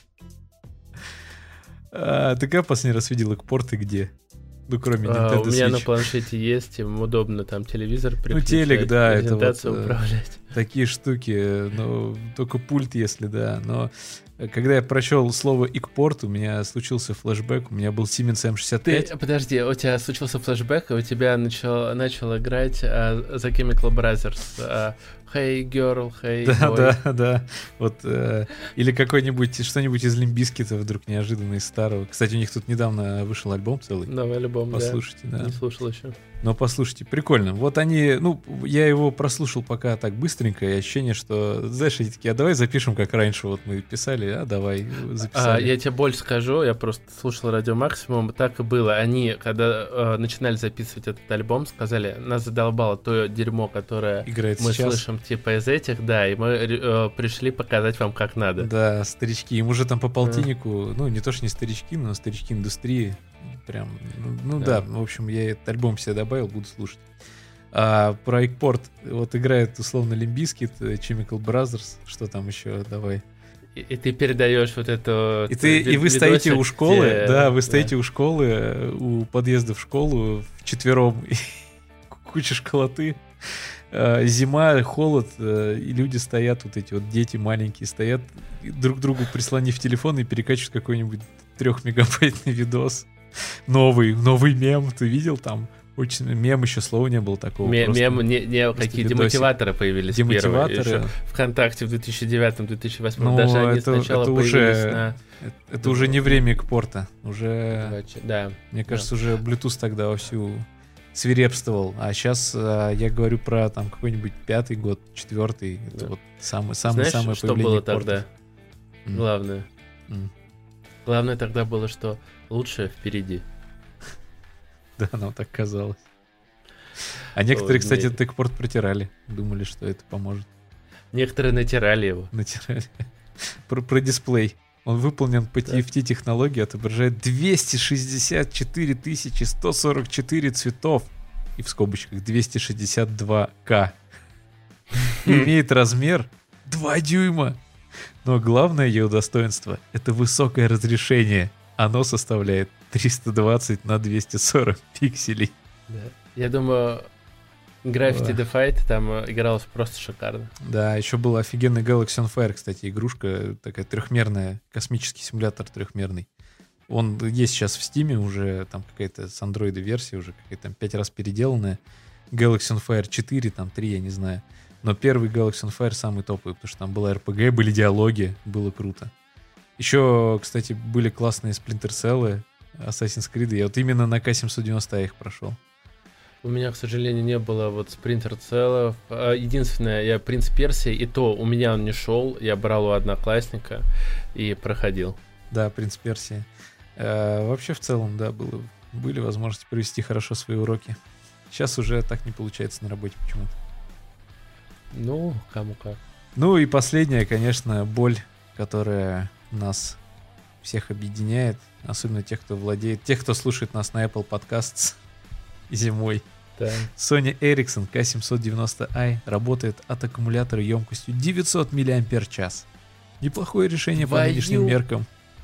А, ты как последний раз видел ик-порты где? Ну, кроме Nintendo А, у меня Switch. на планшете есть, им удобно там телевизор Ну, телек, да, это вот, презентацию э, управлять. такие штуки, но только пульт, если да. Но когда я прочел слово ик-порт, у меня случился флешбэк, у меня был Siemens эм шестьдесят пять. Ты, подожди, у тебя случился флешбэк, и у тебя начал, начал играть uh, The Chemical Brothers. Uh, hey girl, hey Да, boy. да, да. Вот, э, или какой-нибудь, что-нибудь из Лимбискита вдруг неожиданно из старого. Кстати, у них тут недавно вышел альбом целый. Новый альбом, Послушайте, да. да. Не слушал еще. Но послушайте, прикольно. Вот они, ну, я его прослушал пока так быстренько, и ощущение, что, знаешь, они такие, а давай запишем, как раньше вот мы писали, а давай записали. А, я тебе больше скажу, я просто слушал Радио Максимум, так и было. Они, когда э, начинали записывать этот альбом, сказали, нас задолбало то дерьмо, которое Играет мы сейчас. слышим типа из этих, да, и мы э, пришли показать вам, как надо. Да, старички. Им уже там по полтиннику, ну, не то, что не старички, но старички индустрии. Прям, ну, ну да. Да. в общем, я этот альбом себе добавил, буду слушать. А про икпорт, вот играет условно Лимбискит, Chemical Brothers, что там еще, давай. И, и ты передаешь вот это... И, ты, и вы видосик, стоите у школы, где- да, вы стоите у школы, у подъезда в школу вчетвером, и куча школоты, э, зима, холод, э, и люди стоят, вот эти вот дети маленькие стоят, и друг к другу прислонив телефон и перекачивают какой-нибудь трехмегабайтный видос. Новый, новый мем, ты видел там? Очень мем, еще слова не было такого. Ме- просто Мем, не, не, какие видосик. демотиваторы появились Демотиваторы. первые. Еще ВКонтакте в две тысячи девятом - две тысячи восьмом. Ну, Даже они это- сначала это появились уже- на... Это, это уже не время экпорта. Уже, Да. мне кажется, уже Bluetooth тогда вовсю свирепствовал. А сейчас а, я говорю про там какой-нибудь пятый год, четвертый. Это Да. вот самый, самый, Знаешь, самое что появление было тогда? экпорта. М. Главное. М. Главное тогда было, что лучшее впереди. Да, нам так казалось. А некоторые, Ой, кстати, нет. этот экпорт протирали. Думали, что это поможет. Некоторые натирали его. Натирали. Про, про дисплей. Он выполнен по Да. ти эф ти технологии, отображает двести шестьдесят четыре тысячи сто сорок четыре цветов. И в скобочках двести шестьдесят два ка. Имеет размер два дюйма. Но главное ее достоинство — это высокое разрешение. Оно составляет триста двадцать на двести сорок пикселей. Да. Я думаю, Gravity Ой. the Fight там э, игралось просто шикарно. Да, еще был офигенный Galaxy on Fire, кстати, игрушка такая трехмерная, космический симулятор трехмерный. Он есть сейчас в Стиме уже, там какая-то с андроида версия уже какая-то там пять раз переделанная. Galaxy on Fire четыре, там три, я не знаю. Но первый Galaxy on Fire самый топовый, потому что там была эр пи джи, были диалоги, было круто. Еще, кстати, были классные Splinter Cell, Assassin's Creed. Я вот именно на ка семьсот девяносто я их прошел. У меня, к сожалению, не было вот Splinter Cell. А, Единственное, я Принц Персии, и то у меня он не шел. Я брал у одноклассника и проходил. Да, Принц Персии. Э, вообще, в целом, да, было, были возможности провести хорошо свои уроки. Сейчас уже так не получается на работе почему-то. Ну, кому как. Ну и последняя, конечно, боль, которая нас всех объединяет, особенно тех, кто владеет, тех, кто слушает нас на Apple Podcasts зимой. Да. Sony Ericsson ка семьсот девяносто ай работает от аккумулятора емкостью девятьсот миллиампер-час. Неплохое решение по Твою. нынешним меркам.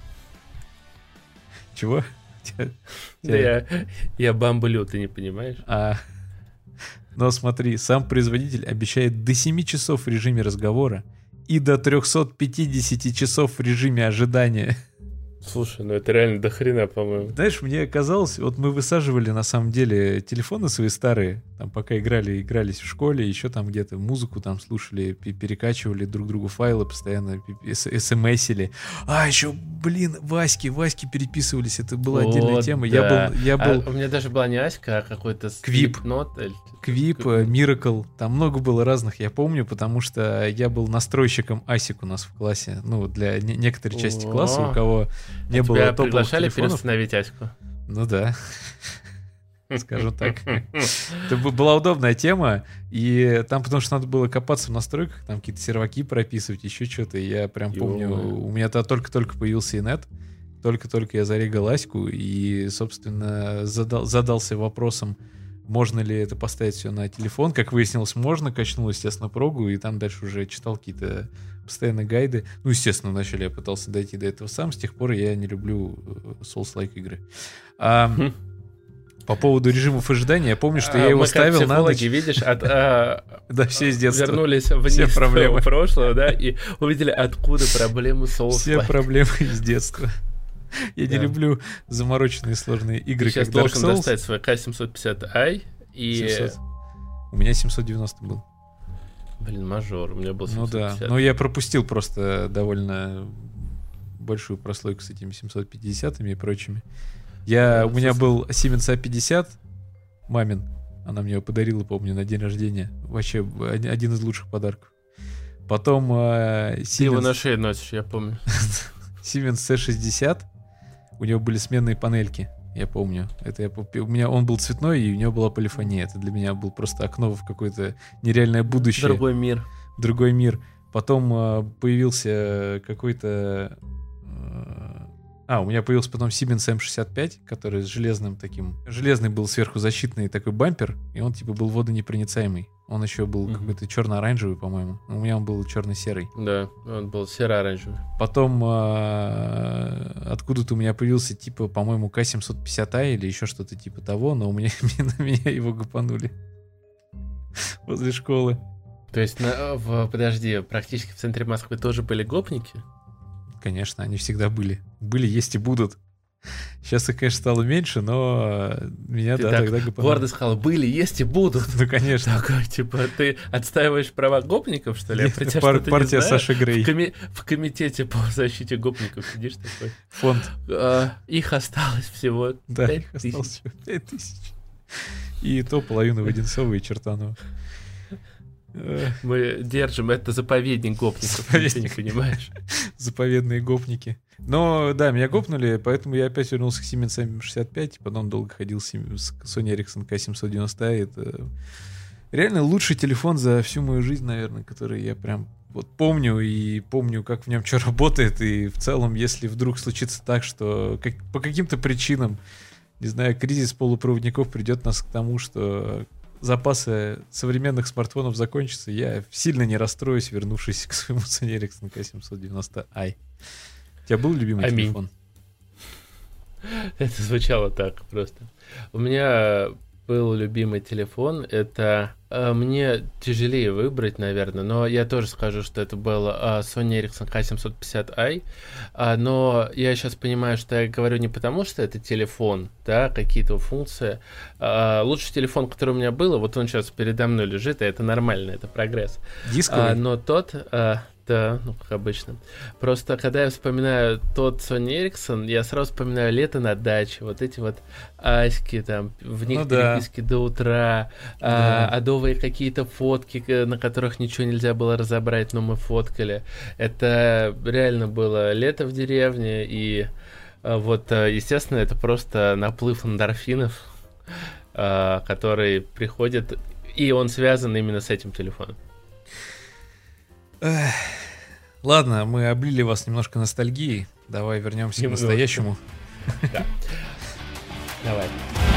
Чего? Да я, я бамблю, ты не понимаешь? А, Но смотри, сам производитель обещает до семи часов в режиме разговора и до триста пятьдесят часов в режиме ожидания. Слушай, ну это реально до хрена, по-моему. Знаешь, мне казалось, вот мы высаживали на самом деле телефоны свои старые, там пока играли, игрались в школе, еще там где-то музыку там слушали, перекачивали друг другу файлы, постоянно смсили. А, еще, блин, Васьки, Васьки переписывались, это была О, отдельная тема. Да. Я был, я был... А у меня даже была не Аська, а какой-то Квип. Slipknot. Квип, Миракл, там много было разных, я помню, потому что я был настройщиком асик у нас в классе, ну, для не- некоторой части О. класса, у кого не А было тебя топовых приглашали телефонов. переустановить Аську? Ну да, скажем так. Это б- была удобная тема, и там потому что надо было копаться в настройках, там какие-то серваки прописывать, еще что-то, и я прям помню, Ё-моё. у меня тогда только-только появился инет, только-только я зарегал аську, и, собственно, задал, задался вопросом, можно ли это поставить все на телефон. Как выяснилось, можно. Качнул, естественно, прогу, и там дальше уже читал какие-то постоянно гайды. Ну, естественно, вначале я пытался дойти до этого сам. С тех пор я не люблю э, Souls-like игры. А, Хм. по поводу режимов ожидания, я помню, что я А, его мы как ставил на ночь. психологи, видишь, от, а, Да, все из детства. вернулись вниз Все проблемы. в прошлого, да, и увидели, откуда проблемы Все Souls-like. проблемы из детства. Я не Да. люблю замороченные сложные Ты игры, сейчас как Dark должен Souls. достать свой К семьсот пятьдесят ай и... семьсот. У меня семьсот девяносто был. Блин, мажор, у меня был Ну семьсот да, пятьдесят. но я пропустил просто довольно большую прослойку с этими семьсот пятидесятыми и прочими. Я, Да, у меня с- был Siemens А пятьдесят, мамин, она мне его подарила, помню, на день рождения. Вообще од- один из лучших подарков. Потом э, Ты его на Siemens, шее носишь, я помню. Siemens С шестьдесят, у него были сменные панельки. Я помню. Это я, поп- у меня он был цветной, и у него была полифония. Это для меня был просто окно в какое-то нереальное будущее. Другой мир. Другой мир. Потом э, появился какой-то... э, а, у меня появился потом Siemens Эм шестьдесят пять, который с железным таким... Железный был сверху защитный такой бампер, и он типа был водонепроницаемый. Он еще был Мгм. какой-то черно-оранжевый, по-моему. У меня он был черно-серый. Да, он был серо-оранжевый. Потом э, откуда-то у меня появился типа, по-моему, К семьсот пятьдесят А или еще что-то типа того, но у меня, на меня его гапанули возле школы. То есть, на, в, подожди, практически в центре Москвы тоже были гопники? Конечно, они всегда были. Были, есть и будут. Сейчас их, конечно, стало меньше, но меня, Ты да, так тогда гапанули. гордо сказал, были, есть и будут. Ну, конечно. Такой, типа, ты отстаиваешь права гопников, что ли? Я про тебя Пар- что-то не партия знаю. Саши Грей. В, коми- в комитете по защите гопников сидишь такой. Фонд. «А, их осталось всего Да, пять их тысяч». осталось всего пять тысяч. И то половину Воденцова и Чертанова. Э, Мы держим, это заповедник гопников, ты Заповедник. не понимаешь. Заповедные гопники. Но да, меня гопнули, поэтому я опять вернулся к Siemens Эм шестьдесят пять, потом долго ходил с Сим- с Sony Ericsson К семьсот девяносто. Это реально лучший телефон за всю мою жизнь, наверное, который я прям вот помню и помню, как в нем что работает. И в целом, если вдруг случится так, что как- по каким-то причинам, не знаю, кризис полупроводников придет нас к тому, что запасы современных смартфонов закончатся, я сильно не расстроюсь, вернувшись к своему Sony Ericsson К семьсот девяносто ай. У тебя был любимый Аминь. телефон? Это звучало так просто. У меня был любимый телефон. Это э, мне тяжелее выбрать, наверное, но я тоже скажу, что это был э, Sony Ericsson К семьсот пятьдесят ай. А, но я сейчас понимаю, что я говорю не потому, что это телефон, да, какие-то функции. А, лучший телефон, который у меня был, и вот он сейчас передо мной лежит, и это нормально, это прогресс. Дисковый? А, но тот, а, да, ну как обычно. Просто когда я вспоминаю тот Sony Ericsson, я сразу вспоминаю лето на даче, вот эти вот аськи, там, в них Ну да. переписки до утра, Да. а, адовые какие-то фотки, к- на которых ничего нельзя было разобрать, но мы фоткали. Это реально было лето в деревне, и а, вот, а, естественно, это просто наплыв эндорфинов, а, который приходит, и он связан именно с этим телефоном. Эх. Ладно, мы облили вас немножко ностальгией. Давай вернемся Немножко. к настоящему. Давай.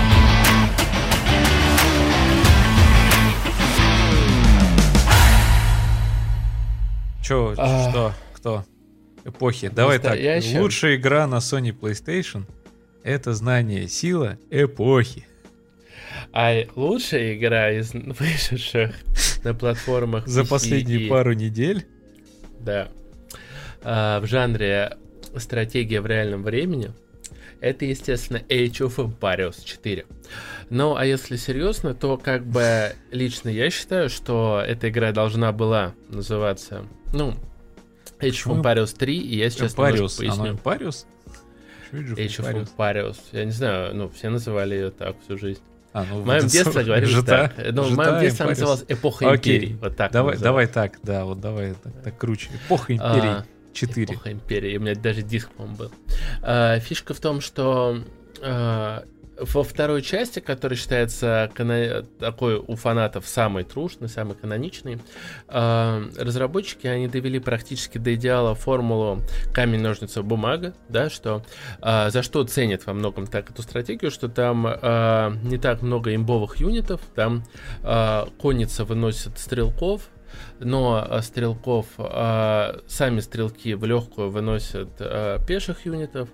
Чё, А. что, кто? Эпохи. Давай так. Настоящем? Лучшая игра на Sony PlayStation — это знание, сила эпохи. А лучшая игра из вышедших на платформах За пи си последние и... пару недель? Да. А, в жанре стратегия в реальном времени, это, естественно, Age of Empires четыре. Ну, а если серьезно, то как бы лично я считаю, что эта игра должна была называться, ну, Age of Empires три, и я сейчас Empires, поясню. оно Empires? Age of Empires. Я не знаю, ну, все называли ее так всю жизнь. А, ну, в моем детстве говорили Жита, так. Ну, Жита, в моем детстве она Empires. называлась Эпоха Окей. Империй. Вот так. Давай, давай так, да, вот давай так, так круче. Эпоха Империй А, четыре. Эпоха Империи. У меня даже диск, по-моему, был. А, фишка в том, что а, во второй части, которая считается кано... такой у фанатов самый трушный, самый каноничный, а, разработчики, они довели практически до идеала формулу камень, ножницы, бумага, да, что а, за что ценят во многом так эту стратегию, что там а, не так много имбовых юнитов, там а, конница выносит стрелков, но а, стрелков, а, сами стрелки в легкую выносят а, пеших юнитов,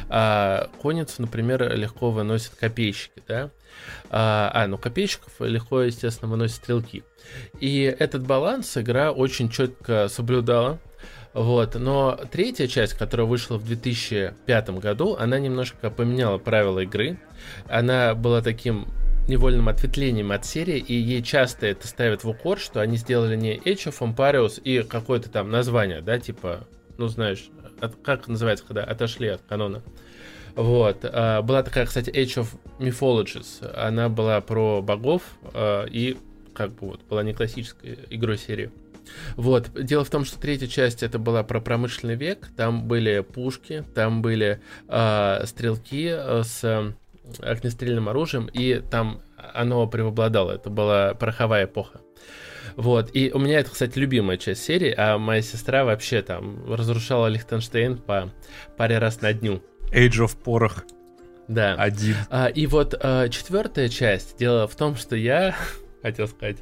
а конницу, например, легко выносят копейщики, да? А, а, ну копейщиков легко, естественно, выносят стрелки. И этот баланс игра очень четко соблюдала. Вот. Но третья часть, которая вышла в две тысячи пятом году, она немножко поменяла правила игры. Она была таким невольным ответвлением от серии, и ей часто это ставят в укор, что они сделали не Age of Empires и какое-то там название, да, типа, ну знаешь, от, как называется, когда отошли от канона. Вот. А, была такая, кстати, Age of Mythologies, она была про богов, а, и как бы вот была не классической игрой серии. Вот. Дело в том, что третья часть это была про промышленный век, там были пушки, там были а, стрелки с огнестрельным оружием, и там оно преобладало. Это была пороховая эпоха. Вот. И у меня это, кстати, любимая часть серии, а моя сестра вообще там разрушала Лихтенштейн по паре раз на дню. Age of Порох. Да. Один. А, и вот а, четвертая часть. Дело в том, что я хотел сказать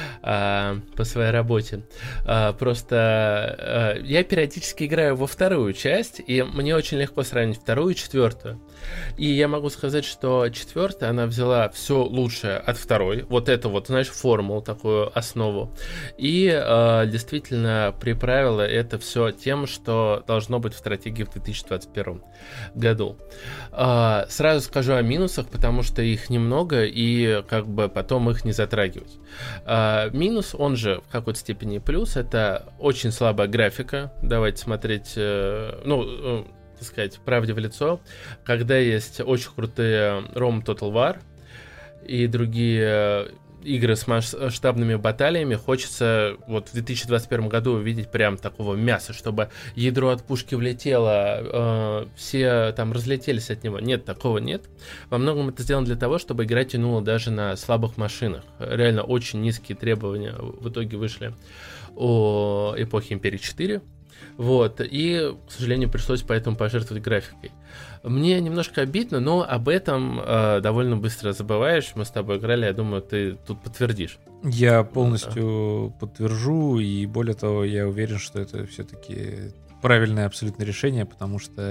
а, по своей работе. А, просто а, я периодически играю во вторую часть, и мне очень легко сравнить вторую и четвертую. И я могу сказать, что четвертая, она взяла все лучшее от второй, вот эту вот, знаешь, формулу, такую основу, и э, действительно приправила это все тем, что должно быть в стратегии в две тысячи двадцать первом году. Э, сразу скажу о минусах, потому что их немного, и как бы потом их не затрагивать. Э, минус, он же в какой-то степени плюс, это очень слабая графика, давайте смотреть, э, ну... так сказать, правде в лицо, когда есть очень крутые Rome Total War и другие игры с масштабными баталиями, хочется вот в две тысячи двадцать первом году увидеть прям такого мяса, чтобы ядро от пушки влетело, э, все там разлетелись от него. Нет, такого нет. Во многом это сделано для того, чтобы игра тянула даже на слабых машинах. Реально очень низкие требования в итоге вышли у эпохи Империи четыре. Вот, и, к сожалению, пришлось поэтому пожертвовать графикой. Мне немножко обидно, но об этом э, довольно быстро забываешь. Мы с тобой играли, я думаю, ты тут подтвердишь. Я полностью да. подтвержу, и более того, я уверен, что это все-таки правильное абсолютно решение, потому что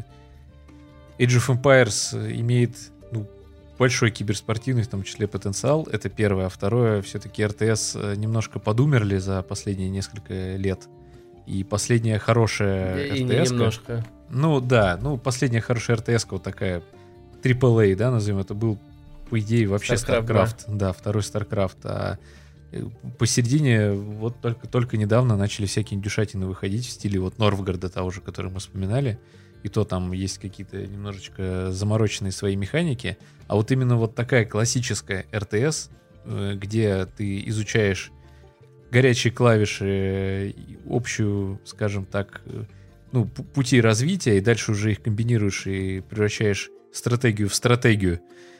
Age of Empires имеет ну, большой киберспортивный, в том числе, потенциал. Это первое. А второе, все-таки эр ти эс немножко подумерли за последние несколько лет. И последняя хорошая эр ти эс. И не немножко. Ну да, ну последняя хорошая эр ти эс вот такая трипл эй, да, назовем это, был, по идее, вообще StarCraft. StarCraft да, второй StarCraft. А посередине вот только, только недавно начали всякие индюшатины выходить в стиле вот Норвгарда того же, который мы вспоминали. И то там есть какие-то немножечко замороченные свои механики. А вот именно вот такая классическая эр ти эс, где ты изучаешь горячие клавиши, общую, скажем так, ну, пути развития, и дальше уже их комбинируешь и превращаешь стратегию в стратегию,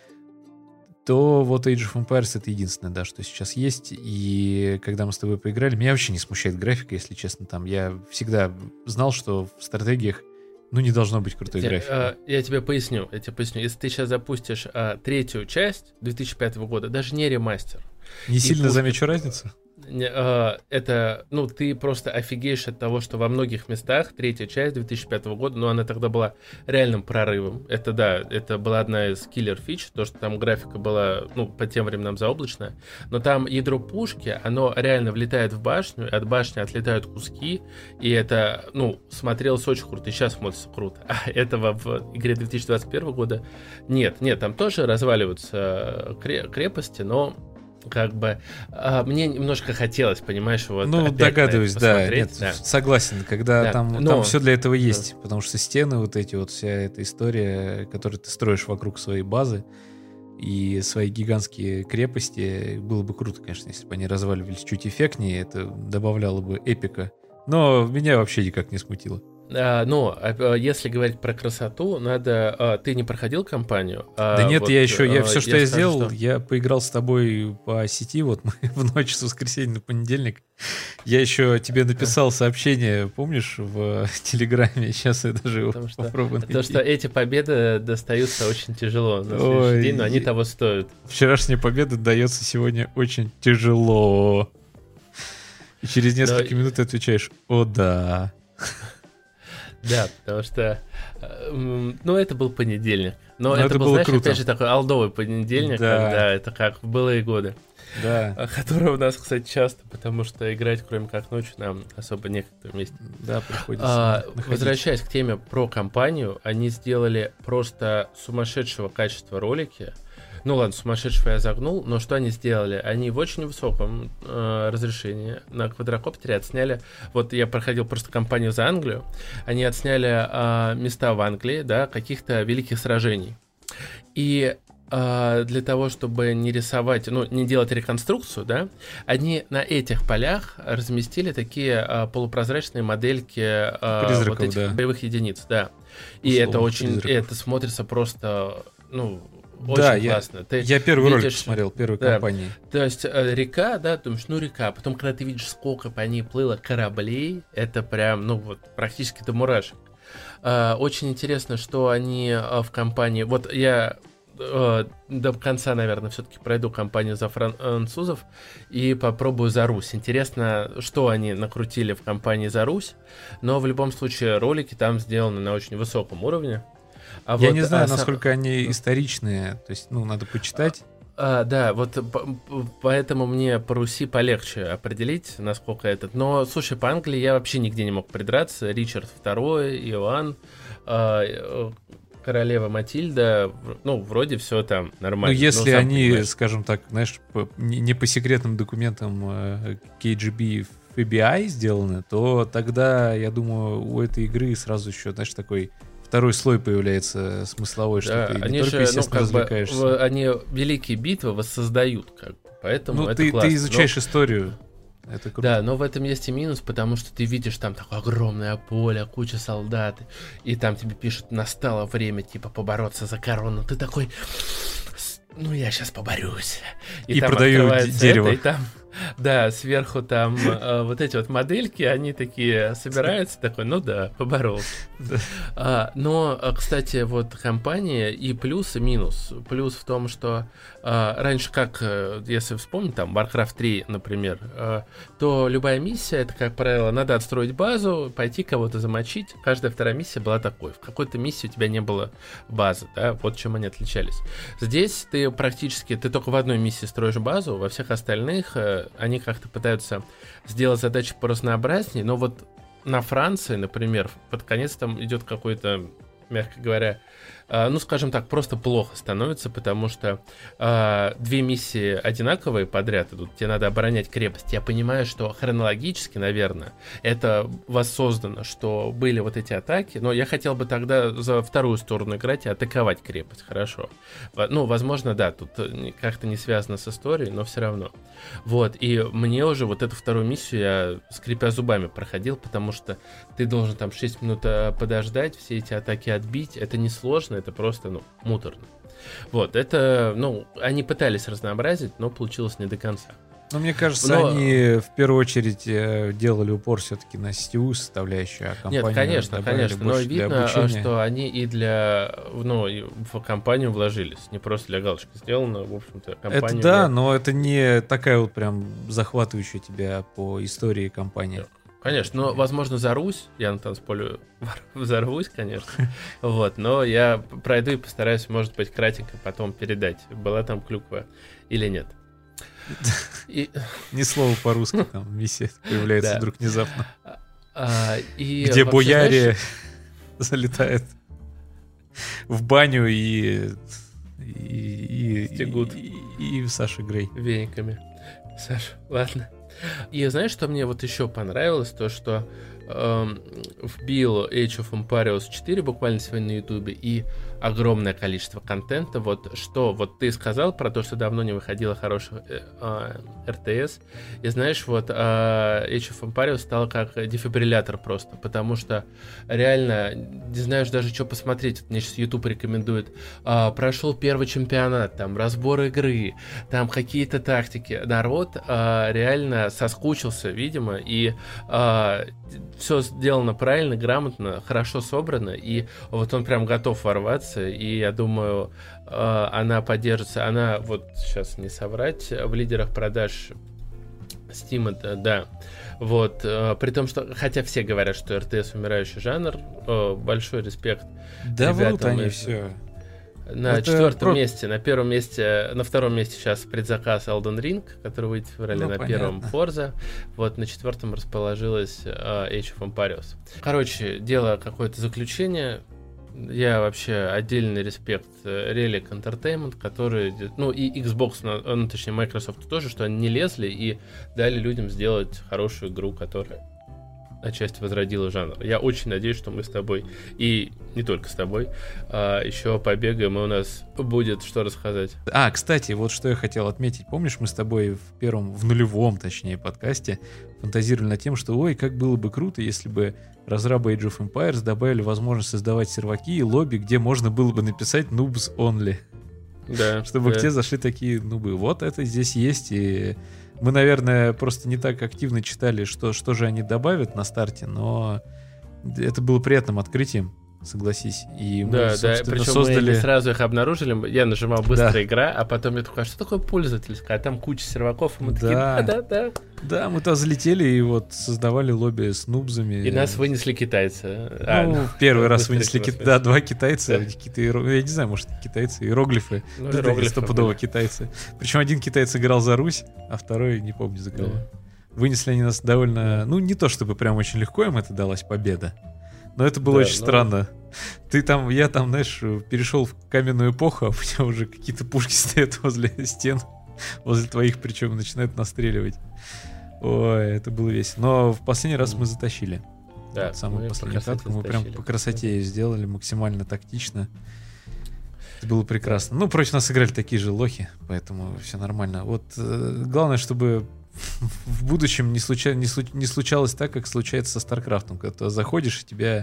то вот Age of Empires это единственное, да, что сейчас есть. И когда мы с тобой поиграли, меня вообще не смущает графика, если честно. Там я всегда знал, что в стратегиях ну не должно быть крутой я, графики. А, я тебе поясню, я тебе поясню. Если ты сейчас запустишь а, третью часть две тысячи пятого года, даже не ремастер. Не сильно пусть... замечу разницу? это, ну, ты просто офигеешь от того, что во многих местах третья часть две тысячи пятого года, ну, она тогда была реальным прорывом. Это, да, это была одна из киллер-фич, то, что там графика была, ну, по тем временам заоблачная, но там ядро пушки, оно реально влетает в башню, и от башни отлетают куски, и это, ну, смотрелось очень круто, и сейчас смотрится круто. А этого в игре две тысячи двадцать первого года нет. Нет, там тоже разваливаются крепости, но как бы а, мне немножко хотелось, понимаешь, вот. Ну, догадываюсь, да, нет, да. Согласен, когда да. там, Но... там все для этого есть, да. потому что стены, вот эти вот, вся эта история, которую ты строишь вокруг своей базы и свои гигантские крепости, было бы круто, конечно, если бы они разваливались чуть эффектнее, это добавляло бы эпика, но меня вообще никак не смутило. А, ну, а, если говорить про красоту, надо... А, ты не проходил кампанию? А, да нет, вот, я еще... Я, а, все, что я, я скажу, сделал, что... я поиграл с тобой по сети, вот мы в ночь с воскресенья на понедельник. Я еще тебе написал сообщение, помнишь, в Телеграме? Сейчас я даже его потому попробую найти. Потому что эти победы достаются очень тяжело на следующий Ой, день, но они того стоят. Вчерашняя победа дается сегодня очень тяжело. И через несколько но... минут ты отвечаешь: «О, да». Да, потому что, ну, это был понедельник. Но, Но это, это был, знаешь, круто. Опять же, такой олдовый понедельник, да. Когда это как в былые годы. Да. Который у нас, кстати, часто, потому что играть, кроме как ночью, нам особо некогда вместе. Да, приходится. А, возвращаясь к теме про компанию, они сделали просто сумасшедшего качества ролики. Ну ладно, сумасшедшего я загнул, но что они сделали? Они в очень высоком э, разрешении на квадрокоптере отсняли, вот я проходил просто кампанию за Англию, они отсняли э, места в Англии, да, каких-то великих сражений. И э, для того, чтобы не рисовать, ну, не делать реконструкцию, да, они на этих полях разместили такие э, полупрозрачные модельки э, Призраков, вот этих да. боевых единиц, да. И Условно, это очень, призраков. Это смотрится просто, ну... Очень да, классно. Я, ты я первый видишь, ролик посмотрел, первой да, компании. То есть э, река, да, думаешь, ну река. Потом, когда ты видишь, сколько по ней плыло кораблей, это прям, ну вот, практически до мурашек. Э, очень интересно, что они э, в компании... Вот я э, до конца, наверное, все-таки пройду кампанию за французов и попробую за Русь. Интересно, что они накрутили в кампании за Русь. Но в любом случае ролики там сделаны на очень высоком уровне. А я вот, не знаю, а, насколько сам... они историчные, то есть, ну, надо почитать. А, да, вот поэтому мне по Руси полегче определить, насколько этот. Но, слушай, по Англии я вообще нигде не мог придраться. Ричард второй, Иоанн, а, королева Матильда, ну, вроде все там нормально. Ну, если ну, они, понимаешь. скажем так, знаешь, по, не по секретным документам кей джи би эф би ай сделаны, то тогда, я думаю, у этой игры сразу еще, знаешь, такой... Второй слой появляется смысловой, что да, ты они не только, же, естественно, ну, как развлекаешься. Бы, они великие битвы воссоздают, как бы, поэтому ну, это ты, классно. ты изучаешь но... историю, это круто. Да, но в этом есть и минус, потому что ты видишь там такое огромное поле, куча солдат, и там тебе пишут, настало время, типа, побороться за корону. Ты такой, ну, я сейчас поборюсь. И, и продаю дерево. Это, и там... Да, сверху там э, вот эти вот модельки, они такие собираются, такой, ну да, поборолся. Да. А, но, кстати, вот компания и плюс, и минус. Плюс в том, что а, раньше, как, если вспомнить, там, Warcraft три, например, а, то любая миссия, это, как правило, надо отстроить базу, пойти кого-то замочить. Каждая вторая миссия была такой. В какой-то миссии у тебя не было базы, да, вот чем они отличались. Здесь ты практически, ты только в одной миссии строишь базу, во всех остальных они как-то пытаются сделать задачи поразнообразнее, но вот на Франции, например, под конец там идет какой-то, мягко говоря, э, ну, скажем так, просто плохо становится, потому что э, две миссии одинаковые подряд идут, тебе надо оборонять крепость. Я понимаю, что хронологически, наверное, это воссоздано, что были вот эти атаки, но я хотел бы тогда за вторую сторону играть и атаковать крепость, хорошо. Ну, возможно, да, тут как-то не связано с историей, но все равно. Вот, и мне уже вот эту вторую миссию я, скрипя зубами, проходил, потому что ты должен там шесть минут подождать, все эти атаки отбить, это не сложно, это просто, ну, муторно. Вот, это, ну, они пытались разнообразить, но получилось не до конца. Ну, мне кажется, Но... они в первую очерить делали упор все-таки на сетевую составляющую, а компанию Нет, конечно, конечно, но видно, обучения. что они и для, ну, и в компанию вложились, не просто для галочки сделано, в общем-то, компанию... Это да, для... но это не такая вот прям захватывающая тебя по истории компания. Конечно, но, возможно, взорвусь, я на танцполе взорвусь, конечно, вот, но я пройду и постараюсь, может быть, кратенько потом передать, была там клюква или нет. И... Ни слова по-русски там висит, появляется вдруг внезапно. А, и где вообще, Бояре знаешь... залетает в баню и и, и, и, и, и Саша Грей вениками. Саша, ладно. И знаешь, что мне вот еще понравилось? То, что эм, вбил Age of Empires четыре буквально сегодня на Ютубе, и огромное количество контента. Вот что вот ты сказал про то, что давно не выходило хороших э, э, эр ти эс. И знаешь, вот э, Age of Empires стал как дефибриллятор просто, потому что реально не знаешь даже, что посмотреть. Мне сейчас YouTube рекомендует. Э, прошел первый чемпионат, там разбор игры, там какие-то тактики. Народ э, реально соскучился, видимо, и э, все сделано правильно, грамотно, хорошо собрано, и вот он прям готов ворваться. И я думаю, она поддержится. Она, вот сейчас не соврать, в лидерах продаж Steam, да. Вот, при том, что, хотя все говорят, что эр ти эс умирающий жанр, большой респект. Да врут они все. На это четвертом про... месте, на первом месте, на втором месте сейчас предзаказ Elden Ring, который выйдет в феврале, ну, на понятно. Первом Forza. Вот на четвертом расположилась uh, Age of Empires. Короче, дело какое-то заключение. Я вообще отдельный респект Relic Entertainment, который, ну и Xbox, ну, точнее Microsoft тоже, что они не лезли и дали людям сделать хорошую игру, которая отчасти возродила жанр. Я очень надеюсь, что мы с тобой, и не только с тобой, а еще побегаем, и у нас будет что рассказать. А, кстати, вот что я хотел отметить. Помнишь, мы с тобой в первом, в нулевом, точнее, подкасте фантазировали над тем, что ой, как было бы круто, если бы разрабы Age of Empires добавили возможность создавать серваки и лобби, где можно было бы написать noobs only. Да. Чтобы да. к тебе зашли такие нубы. Вот это здесь есть, и мы, наверное, просто не так активно читали, что, что же они добавят на старте, но это было приятным открытием, согласись. И мы, да, да, причем создали... мы не сразу их обнаружили, я нажимал «Быстрая да. игра», а потом я такой, а что такое пользовательская? А там куча серваков, и мы да. такие, да, да, да. Да, мы туда залетели и вот создавали лобби с нубзами. И нас вынесли китайцы. Ну, а, ну первый раз вынесли китайцы, да, два китайца, да. Какие-то, я не знаю, может, китайцы, иероглифы. Ну, да, да, стопудово китайцы. Причем один китаец играл за Русь, а второй, не помню, за кого. Да. Вынесли они нас довольно, ну, не то чтобы прям очень легко им это далась победа, но это было да, очень но... странно. Ты там, я там, знаешь, перешел в каменную эпоху, а у меня уже какие-то пушки стоят возле стен, возле твоих, причем начинают настреливать. Ой, это было весело. Но в последний раз мы затащили. Да, вот самую последнюю катку мы прям по красоте ее сделали, максимально тактично. Это было прекрасно. Ну, против нас играли такие же лохи, поэтому все нормально. Вот э, главное, чтобы в будущем не, случа... не, случ... не случалось так, как случается со StarCraft'ом, когда ты заходишь, и тебя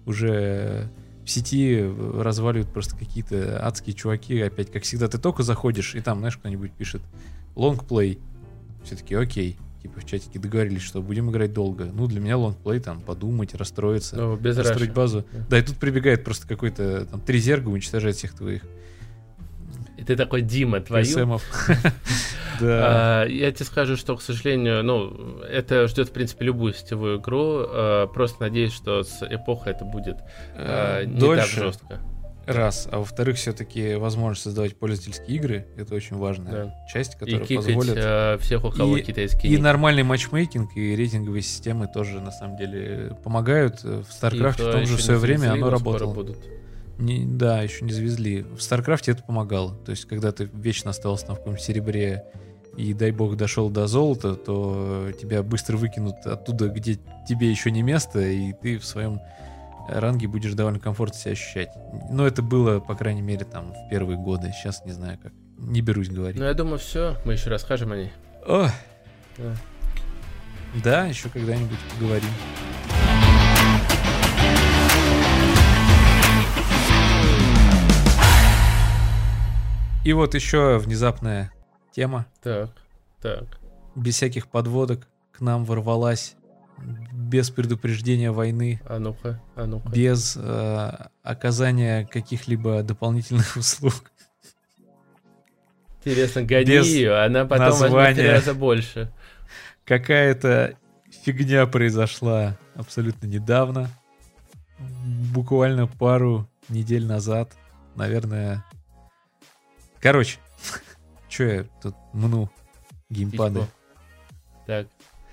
уже в сети разваливают просто какие-то адские чуваки. Опять, как всегда, ты только заходишь, и там, знаешь, кто-нибудь пишет лонгплей. Все-таки окей. Типа в чатике договорились, что будем играть долго. Ну, для меня лонгплей, там, подумать, расстроиться, ну, без расстроить раша. базу. Да. да, и тут прибегает просто какой-то там три зерга, уничтожает всех твоих. И ты такой, Дима, твою. Да. А, я тебе скажу, что, к сожалению, ну, это ждет, в принципе, любую сетевую игру. А, просто надеюсь, что с эпохой это будет а, не дольше. Так жестко. Раз, а во-вторых, все-таки возможность создавать пользовательские игры, это очень важная да. часть, которая и позволит... Э, всех, у кого и, китайские И нормальный матчмейкинг, и рейтинговые системы тоже, на самом деле, помогают. В StarCraft в том же в свое время оно работало. Не, да, еще не завезли. В StarCraft это помогало. То есть, когда ты вечно оставался на каком-нибудь серебре и, дай бог, дошел до золота, то тебя быстро выкинут оттуда, где тебе еще не место, и ты в своем ранге будешь довольно комфортно себя ощущать. Но это было, по крайней мере, там в первые годы. Сейчас не знаю как. Не берусь говорить. Ну, я думаю, все. Мы еще расскажем о ней. О! Да, да, еще когда-нибудь поговорим. И вот еще внезапная тема. Так, так. без всяких подводок к нам ворвалась, без предупреждения войны, А ну-ка, а ну-ка. без э, оказания каких-либо дополнительных услуг. Интересно, гони без ее, она потом возьмет названия. в три раза больше. Какая-то фигня произошла абсолютно недавно, буквально пару недель назад, наверное. Короче, что я тут мну геймпады? Письку. Так.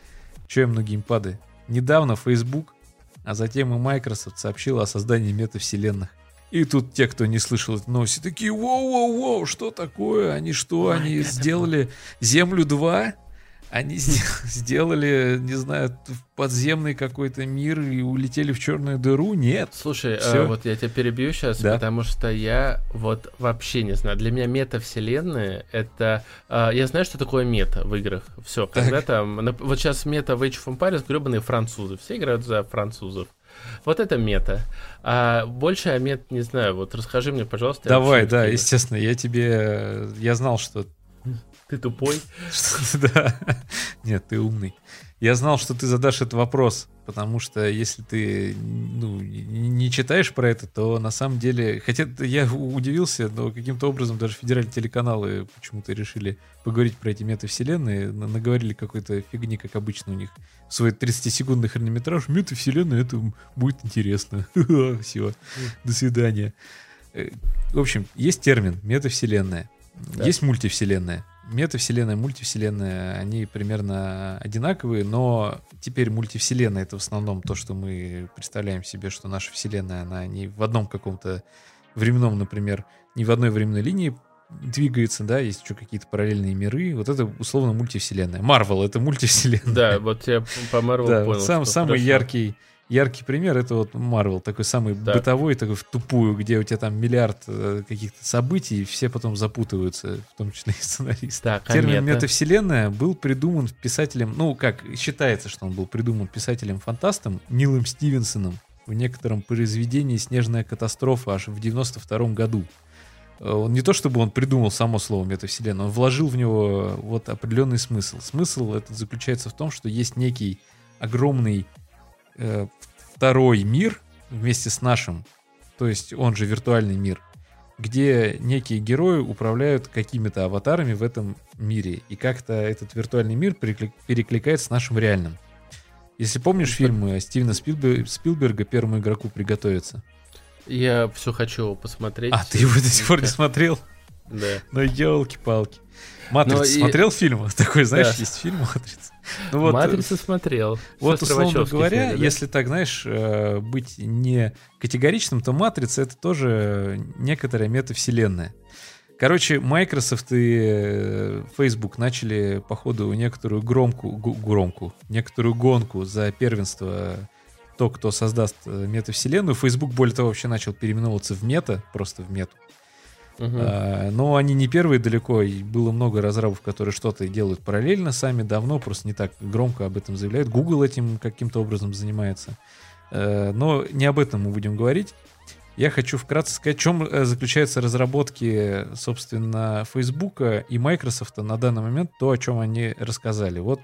Че я мну геймпады? Недавно Facebook, а затем и Microsoft сообщила о создании метавселенных. И тут те, кто не слышал эти новости, такие: воу-воу-воу, что такое? Они что, Ой, они это сделали Землю два? Они сделали, не знаю, подземный какой-то мир и улетели в черную дыру? Нет. Слушай, Всё. а, вот я тебя перебью сейчас, Да. потому что я вот вообще не знаю. Для меня метавселенная это... а, я знаю, что такое мета в играх. Все, когда там... нап- Вот сейчас мета в Age of Empires гребаные французы. Все играют за французов. Вот это мета. А больше о мет не знаю. Вот расскажи мне, пожалуйста. я Давай, вообще да, не знаю. естественно, я тебе... Я знал, что... Ты тупой. что- Да. Нет, ты умный. Я знал, что ты задашь этот вопрос, потому что если ты ну, не не читаешь про это, то на самом деле... Хотя я удивился, но каким-то образом даже федеральные телеканалы почему-то решили поговорить про эти метавселенные, на- наговорили какой-то фигни, как обычно у них. В свой тридцатисекундный хронометраж: метавселенная, это будет интересно. Все, до свидания. Э, В общем, есть термин метавселенная, Да. есть мультивселенная. Метавселенная, мультивселенная, они примерно одинаковые, но теперь мультивселенная — это в основном то, что мы представляем себе, что наша вселенная, она не в одном каком-то временном, например, не в одной временной линии двигается, да, есть еще какие-то параллельные миры. Вот это условно мультивселенная. Марвел — это мультивселенная. Да, вот я по Марвелу Да, понял. вот сам, что самый хорошо. яркий, яркий пример — это вот Марвел, такой самый Да. бытовой, такой в тупую, где у тебя там миллиард э, каких-то событий, и все потом запутываются, в том числе и сценаристы. Так, а Термин мета? метавселенная был придуман писателем, ну как, считается, что он был придуман писателем-фантастом Нилом Стивенсоном в некотором произведении «Снежная катастрофа» аж в девяносто втором году. Э, Он не то чтобы он придумал само слово метавселенная, он вложил в него вот определенный смысл. Смысл этот заключается в том, что есть некий огромный э, второй мир вместе с нашим, то есть он же виртуальный мир, где некие герои управляют какими-то аватарами в этом мире, и как-то этот виртуальный мир перекли- перекликается с нашим реальным. Если помнишь фильм Стивена Спилбер- Спилберга «Первому игроку приготовиться». Я все хочу посмотреть. А, ты его до сих пор не смотрел? Да. Ну, елки-палки. «Матрица» Но и- смотрел фильм? Такой, знаешь, Да. есть фильм «Матрица». Ну вот, Матрицу смотрел. Вот, Всё условно Стравачевский говоря, сняли, да? если так, знаешь, э, быть не категоричным, то «Матрица» — это тоже некоторая метавселенная. Короче, Microsoft и э, Facebook начали, походу, некоторую громку, гу- громку, некоторую гонку за первенство, то, кто создаст э, метавселенную. Facebook, более того, вообще начал переименовываться в мета, просто в мету. Мгм. А, но они не первые далеко, и было много разрабов, которые что-то делают параллельно сами давно, просто не так громко об этом заявляют. Google этим каким-то образом занимается. Э, Но не об этом мы будем говорить. Я хочу вкратце сказать, в чем э, заключаются разработки, собственно, Facebook и Microsoft на данный момент, то, о чем они рассказали. Вот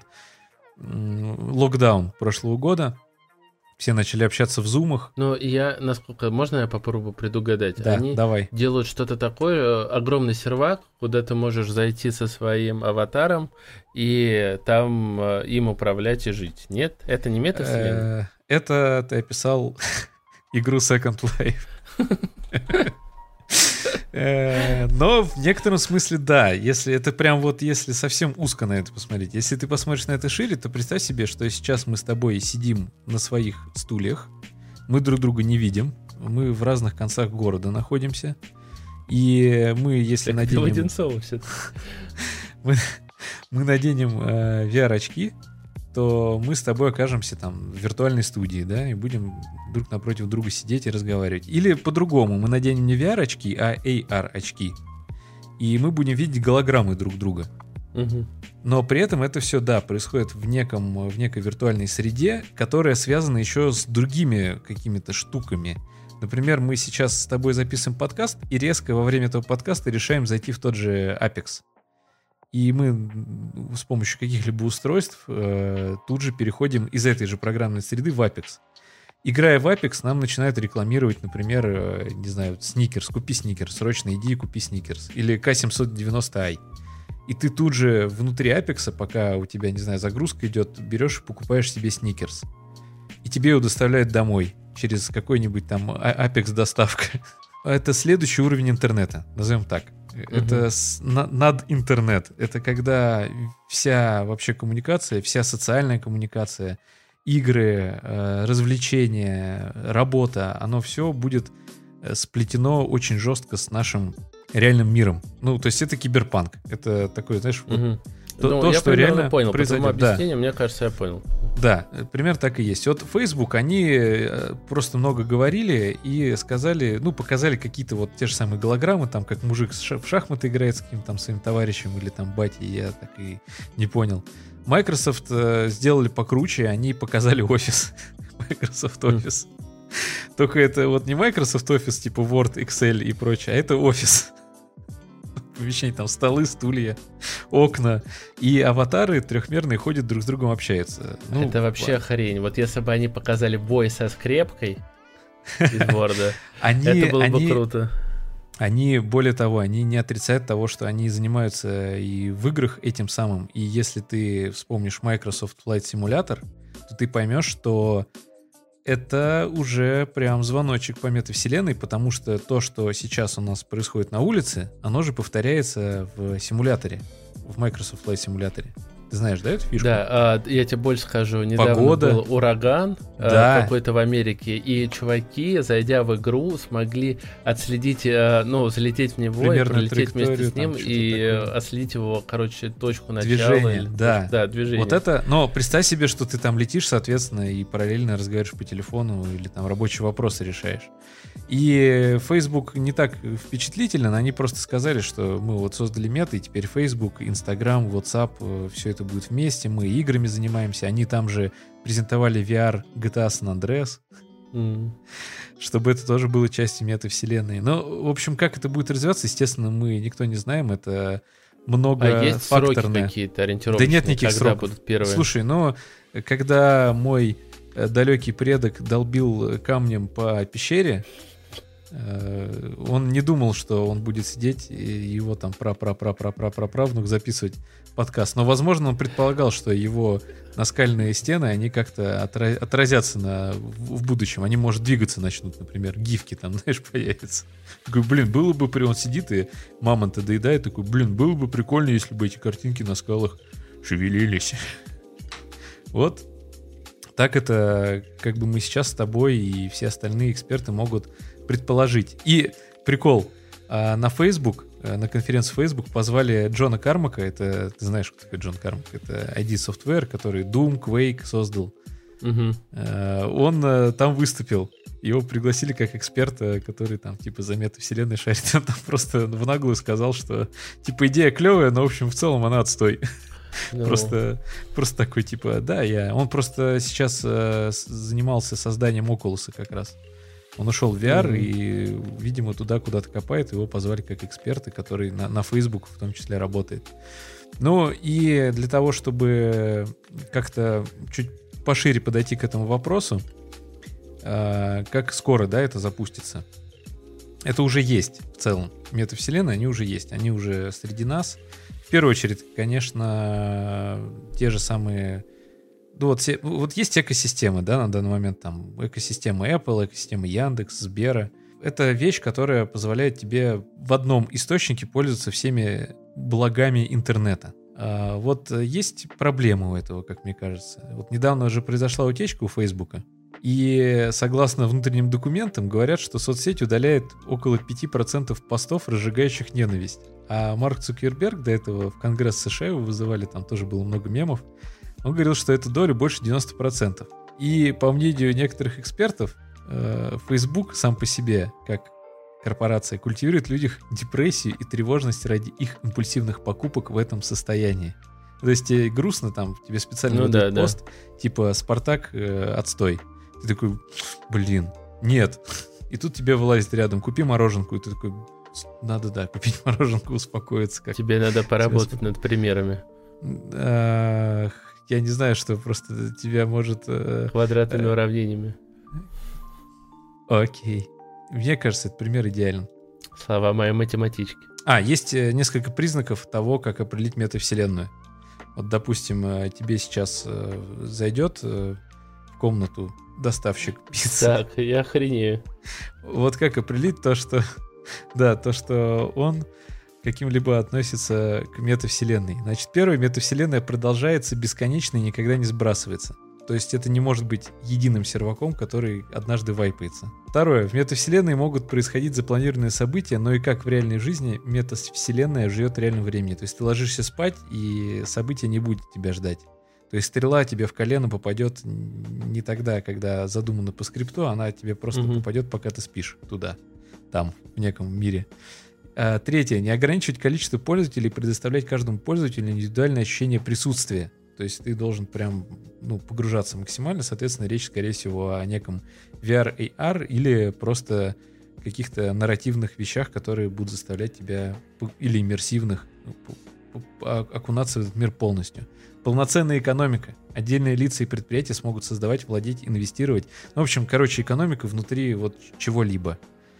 м, локдаун прошлого года, все начали общаться в зумах. Ну, я, насколько... Можно я попробую предугадать? Да, Они давай. делают что-то такое, огромный сервак, куда ты можешь зайти со своим аватаром и там э, им управлять и жить. Нет? Это не метавселенная? Э, Это ты описал игру Second Life. Э, Но в некотором смысле да. Если это прям вот, если совсем узко на это посмотреть. Если ты посмотришь на это шире, то представь себе, что сейчас мы с тобой сидим на своих стульях, мы друг друга не видим, мы в разных концах города находимся, и мы, если Так, ты в наденем... Одинцово всё-таки. мы, мы наденем э, ви ар-очки, то мы с тобой окажемся там в виртуальной студии, да, и будем друг напротив друга сидеть и разговаривать. Или по-другому, мы наденем не ви ар-очки, а эй ар-очки, и мы будем видеть голограммы друг друга. Мгм. Но при этом это все, да, происходит в неком, в некой виртуальной среде, которая связана еще с другими какими-то штуками. Например, мы сейчас с тобой записываем подкаст, и резко во время этого подкаста решаем зайти в тот же Apex. и мы с помощью каких-либо устройств э, тут же переходим из этой же программной среды в Apex. Играя в Apex, нам начинают рекламировать, например, э, не знаю, Сникерс, купи Сникерс, срочно иди и купи Сникерс, или К семьсот девяносто ай. И ты тут же внутри Apex, пока у тебя, не знаю, загрузка идет, берешь и покупаешь себе Сникерс. И тебе его доставляют домой через какой-нибудь там Apex доставка. Это следующий уровень интернета, назовем так. Uh-huh. Это с, на, над интернет. Это когда вся вообще коммуникация, вся социальная коммуникация, игры, э, развлечения, работа, оно все будет сплетено очень жестко с нашим реальным миром. Ну, то есть это киберпанк. Это такой, знаешь, uh-huh. то, ну, то я что реально понял, произойдет. По твоему объяснению, да. Мне кажется, я понял. Да, примерно так и есть. Вот Facebook, они просто много говорили и сказали, ну, показали какие-то вот те же самые голограммы, там, как мужик в шахматы играет с каким-то там своим товарищем или там батей, я так и не понял. Microsoft э, сделали покруче, они показали офис. Microsoft Office. Mm. Только это вот не Microsoft Office типа Word, Excel и прочее, а это офис. Помещение, там столы, стулья, окна. И аватары трехмерные ходят друг с другом, общаются. Ну, это вообще ладно. Хрень. Вот если бы они показали бой со скрепкой из Word, это было бы круто. Они, более того, они не отрицают того, что они занимаются и в играх этим самым. И если ты вспомнишь Microsoft Flight Simulator, то ты поймешь, что это уже прям звоночек по метавселенной, потому что то, что сейчас у нас происходит на улице, оно же повторяется в симуляторе, в Microsoft Flight Simulator. Ты знаешь, да, эту фишку? Да, а, я тебе больше скажу. Недавно Погода. был ураган да. а, какой-то в Америке, и чуваки, зайдя в игру, смогли отследить, а, ну, залететь в него, примерно и пролететь вместе с ним, и такое. Отследить его, короче, точку начала. Движение, или, да. Да, движение. Вот это, но представь себе, что ты там летишь, соответственно, и параллельно разговариваешь по телефону или там рабочие вопросы решаешь. И Facebook не так впечатлителен, они просто сказали, что мы вот создали мета, и теперь Facebook, Instagram, WhatsApp, все это будет вместе, мы играми занимаемся, они там же презентовали ви ар джи ти эй San Andreas, mm. чтобы это тоже было частью метавселенной. Но, в общем, как это будет развиваться, естественно, мы никто не знаем, это многофакторное. А есть сроки какие-то ориентировочные? Да нет никаких когда сроков. Будут первые? Слушай, но когда мой далекий предок долбил камнем по пещере, он не думал, что он будет сидеть и его там пра-пра-пра-пра-пра-правнук записывать подкаст. Но, возможно, он предполагал, что его наскальные стены, они как-то отразятся на, в будущем. Они, может, двигаться начнут, например, гифки там, знаешь, появятся. Такой, блин, было бы, при он сидит и мамонта доедает, такой, блин, было бы прикольно, если бы эти картинки на скалах шевелились. Вот. Так это, как бы мы сейчас с тобой и все остальные эксперты могут предположить. И прикол, на Facebook, на конференцию Facebook позвали Джона Кармака, это, ты знаешь, кто такой Джон Кармак, это ай ди Software, который Doom, Quake создал. Uh-huh. Он там выступил. Его пригласили как эксперта, который там типа за метавселенной шарит. Он там просто в наглую сказал, что типа идея клевая, но в общем в целом она отстой. No. Просто, просто такой типа, да, я. Он просто сейчас э, занимался созданием Oculus как раз. Он ушел в ви ар, mm-hmm. и, видимо, туда куда-то копает. Его позвали как эксперта, который на, на Facebook в том числе работает. Ну и для того, чтобы как-то чуть пошире подойти к этому вопросу, э, как скоро, да, это запустится. Это уже есть в целом. Метавселенные, они уже есть. Они уже среди нас. В первую очередь, конечно, те же самые... Ну, вот, вот есть экосистемы, да, на данный момент. Там экосистема Apple, экосистема Яндекс, Сбера. Это вещь, которая позволяет тебе в одном источнике пользоваться всеми благами интернета. А вот есть проблема у этого, как мне кажется. Вот недавно уже произошла утечка у Фейсбука. И согласно внутренним документам говорят, что соцсеть удаляет около пять процентов постов, разжигающих ненависть. А Марк Цукерберг, до этого в Конгресс США его вызывали, там тоже было много мемов, он говорил, что эта доля больше девяносто процентов. И по мнению некоторых экспертов, Facebook сам по себе, как корпорация, культивирует в людях депрессию и тревожность ради их импульсивных покупок в этом состоянии. То есть тебе грустно, там тебе специально ну, выдают да, пост, да. типа «Спартак, э, отстой». Ты такой, блин, нет. И тут тебе вылазит рядом, купи мороженку, и ты такой, надо, да, купить мороженку, успокоиться. Как Тебе надо поработать над примерами. Я не знаю, что просто тебя может... Квадратными уравнениями. Окей. Мне кажется, этот пример идеален. Слова моей математички. А, есть несколько признаков того, как определить метавселенную. Вот, допустим, тебе сейчас зайдет в комнату доставщик пиццы. Так, я охренею. Вот как определить то, что... Да, то, что он каким-либо относится к метавселенной. Значит, первая метавселенная продолжается бесконечно и никогда не сбрасывается. То есть это не может быть единым серваком, который однажды вайпается. Второе. В метавселенной могут происходить запланированные события, но и как в реальной жизни, метавселенная живет в реальном времени. То есть ты ложишься спать, и события не будет тебя ждать. То есть стрела тебе в колено попадет не тогда, когда задумано по скрипту, она тебе просто mm-hmm. попадет, пока ты спишь туда, там, в неком мире. А, третье. Не ограничивать количество пользователей, предоставлять каждому пользователю индивидуальное ощущение присутствия. То есть ты должен прям ну, погружаться максимально. Соответственно, речь, скорее всего, о неком ви ар эй ар или просто каких-то нарративных вещах, которые будут заставлять тебя, или иммерсивных, окунаться в этот мир полностью. Полноценная экономика. Отдельные лица и предприятия смогут создавать, владеть, инвестировать. Ну, в общем, короче, экономика внутри вот чего-либо.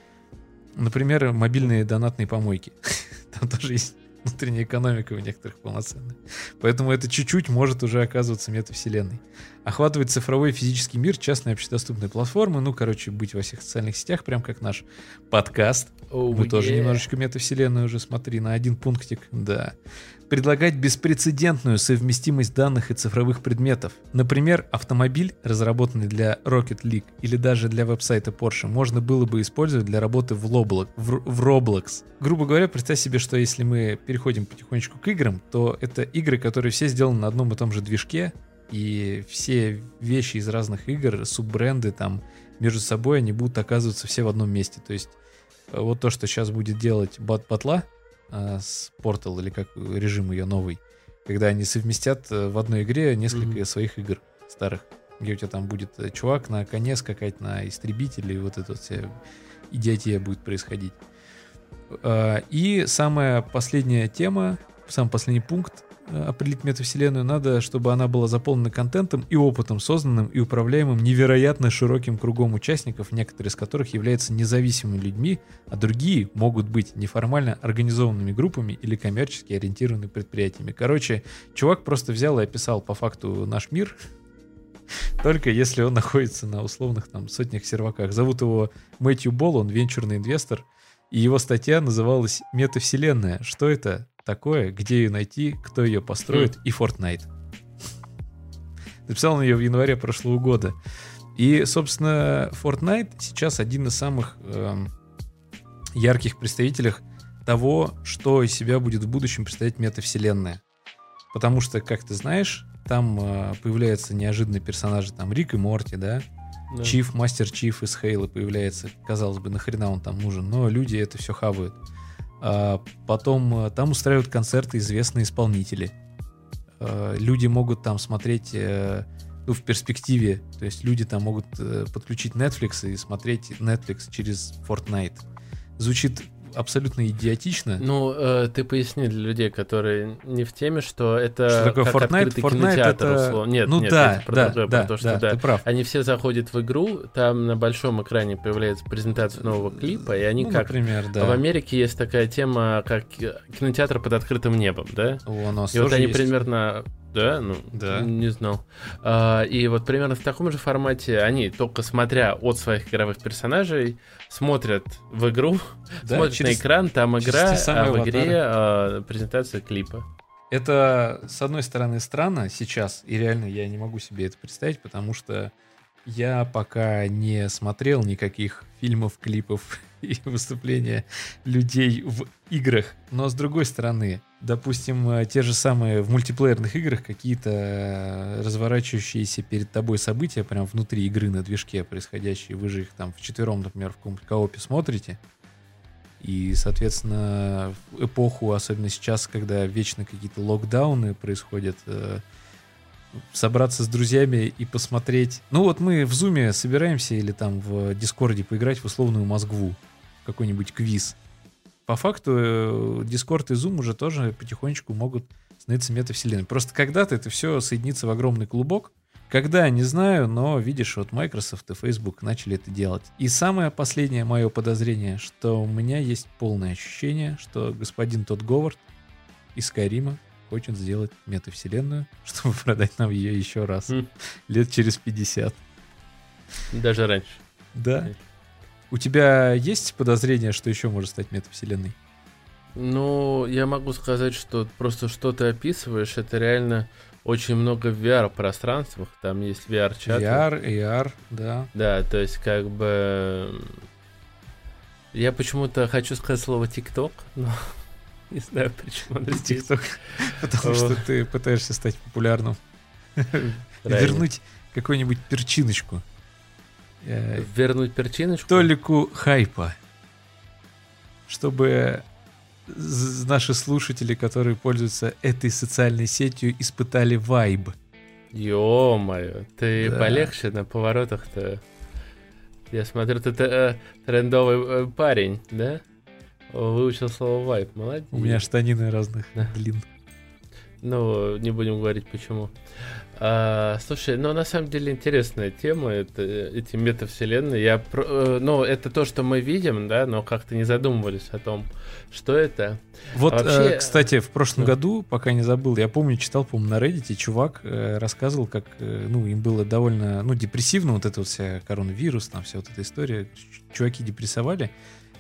Например, мобильные донатные помойки. Там тоже есть внутренняя экономика у некоторых полноценная. Поэтому это чуть-чуть может уже оказываться метавселенной. Охватывать цифровой и физический мир, частные общедоступные платформы, ну, короче, быть во всех социальных сетях, прям как наш подкаст. Oh, Мы yeah. тоже немножечко метавселенную уже, смотри, на один пунктик, да. Предлагать беспрецедентную совместимость данных и цифровых предметов. Например, автомобиль, разработанный для Rocket League или даже для веб-сайта Porsche, можно было бы использовать для работы в Roblox. В Roblox. Грубо говоря, представь себе, что если мы переходим потихонечку к играм, то это игры, которые все сделаны на одном и том же движке, и все вещи из разных игр, суббренды там между собой, они будут оказываться все в одном месте. То есть вот то, что сейчас будет делать Батла с Portal, или как режим ее новый, когда они совместят в одной игре несколько mm-hmm. своих игр старых, где у тебя там будет чувак на коне скакать на истребителе, и вот эта вот вся идиотия будет происходить. И самая последняя тема, самый последний пункт определить метавселенную, надо, чтобы она была заполнена контентом и опытом, созданным и управляемым невероятно широким кругом участников, некоторые из которых являются независимыми людьми, а другие могут быть неформально организованными группами или коммерчески ориентированными предприятиями. Короче, чувак просто взял и описал по факту наш мир, только если он находится на условных там сотнях серваках. Зовут его Мэтью Болл, он венчурный инвестор, и его статья называлась «Метавселенная. Что это такое, где ее найти, кто ее построит и Fortnite». Написал он ее в январе прошлого года. И, собственно, Fortnite сейчас один из самых э, ярких представителей того, что из себя будет в будущем представлять метавселенная. Потому что, как ты знаешь, там э, появляются неожиданные персонажи, там Рик и Морти, да? Да. Чиф, Мастер Чиф из Хейла появляется. Казалось бы, нахрена он там нужен, но люди это все хавают. А потом там устраивают концерты известные исполнители. А люди могут там смотреть, ну, в перспективе, то есть люди там могут подключить Netflix и смотреть Netflix через Fortnite. Звучит абсолютно идиотично. Ну, э, ты поясни для людей, которые не в теме, что это что такое как Fortnite? открытый Fortnite кинотеатр, это... условно. Нет, ну, нет, да, это про да, другое, да, про то, что да, да, ты прав. Они все заходят в игру, там на большом экране появляется презентация нового клипа, и они ну, как... Например, да. В Америке есть такая тема, как кинотеатр под открытым небом, да? У нас и вот они есть. примерно... Да, ну, да. не знал. А, и вот примерно в таком же формате они, только смотря от своих игровых персонажей, смотрят в игру, да, смотрят через, на экран, там игра, а в игре а, презентация клипа. Это, с одной стороны, странно сейчас, и реально я не могу себе это представить, потому что я пока не смотрел никаких фильмов, клипов и выступления людей в играх. Но с другой стороны, допустим, те же самые в мультиплеерных играх какие-то разворачивающиеся перед тобой события прям внутри игры на движке происходящие, вы же их там вчетвером, например, в каком-то коопе смотрите. И, соответственно, в эпоху, особенно сейчас, когда вечно какие-то локдауны происходят, собраться с друзьями и посмотреть... Ну вот мы в Зуме собираемся или там в Дискорде поиграть в условную Москву, в какой-нибудь квиз. по факту Discord и Zoom уже тоже потихонечку могут становиться метавселенной. Просто когда-то это все соединится в огромный клубок. Когда, не знаю, но, видишь, вот Microsoft и Facebook начали это делать. И самое последнее мое подозрение, что у меня есть полное ощущение, что господин Тодд Говард из Skyrim хочет сделать метавселенную, чтобы продать нам ее еще раз. Mm. Лет через пятьдесят. Даже раньше. Да. У тебя есть подозрение, что еще может стать метавселенной? Ну, я могу сказать, что просто что ты описываешь, это реально очень много в ви ар-пространствах. Там есть ви ар-чаты. ви ар, эй ар, да. Да, то есть как бы... Я почему-то хочу сказать слово TikTok, но не знаю, почему. TikTok, потому что ты пытаешься стать популярным. Вернуть какую-нибудь перчиночку. Вернуть перчиночку? Толику хайпа. Чтобы наши слушатели, которые пользуются этой социальной сетью, испытали вайб. Ё-моё, ты да. полегче на поворотах-то. Я смотрю, ты э, трендовый э, парень, да? Выучил слово вайб, молодец. У меня штанины разных длин. Ну, не будем говорить почему. А, слушай, ну на самом деле интересная тема, это, эти метавселенные. Я, ну, это то, что мы видим, да, но как-то не задумывались о том, что это. Вот, а вообще... э, кстати, в прошлом ну. году, пока не забыл, я помню, читал, по-моему, на Reddit, чувак э, рассказывал, как, э, ну, им было довольно, ну, депрессивно вот это вот вся коронавирус, там вся вот эта история. Чуваки депрессовали.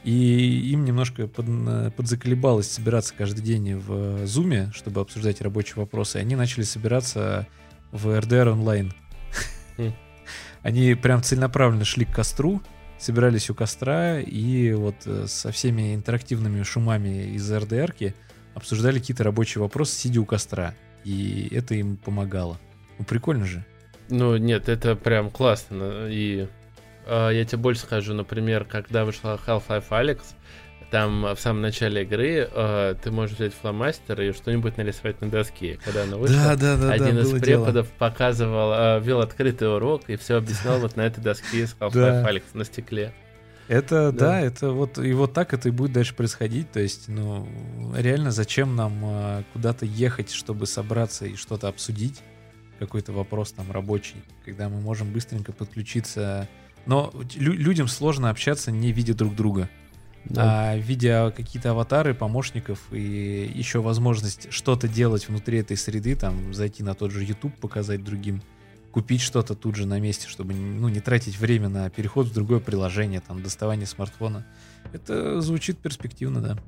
И им немножко под, подзаколебалось собираться каждый день в Zoom, чтобы обсуждать рабочие вопросы. Они начали собираться в эр дэ эр онлайн. Mm. Они прям целенаправленно шли к костру, собирались у костра и вот со всеми интерактивными шумами из эр дэ эр-ки обсуждали какие-то рабочие вопросы, сидя у костра. И это им помогало. Ну, прикольно же. Ну, нет, это прям классно. И... Я тебе больше скажу, например, когда вышла Half-Life Alyx, там в самом начале игры э, ты можешь взять фломастер и что-нибудь нарисовать на доске. Когда она вышла, да, да, да, один да, из преподов дело. показывал, э, вел открытый урок и все объяснял вот на этой доске с Half-Life Alyx на стекле. Это, да. да, это вот, и вот так это и будет дальше происходить. То есть, ну, реально, зачем нам э, куда-то ехать, чтобы собраться и что-то обсудить, какой-то вопрос там рабочий, когда мы можем быстренько подключиться. Но лю- людям сложно общаться, не видя друг друга. Да. А видя какие-то аватары помощников и еще возможность что-то делать внутри этой среды, там зайти на тот же YouTube, показать другим, купить что-то тут же на месте, чтобы, ну, не тратить время на переход в другое приложение, там, доставание смартфона. Это звучит перспективно, да.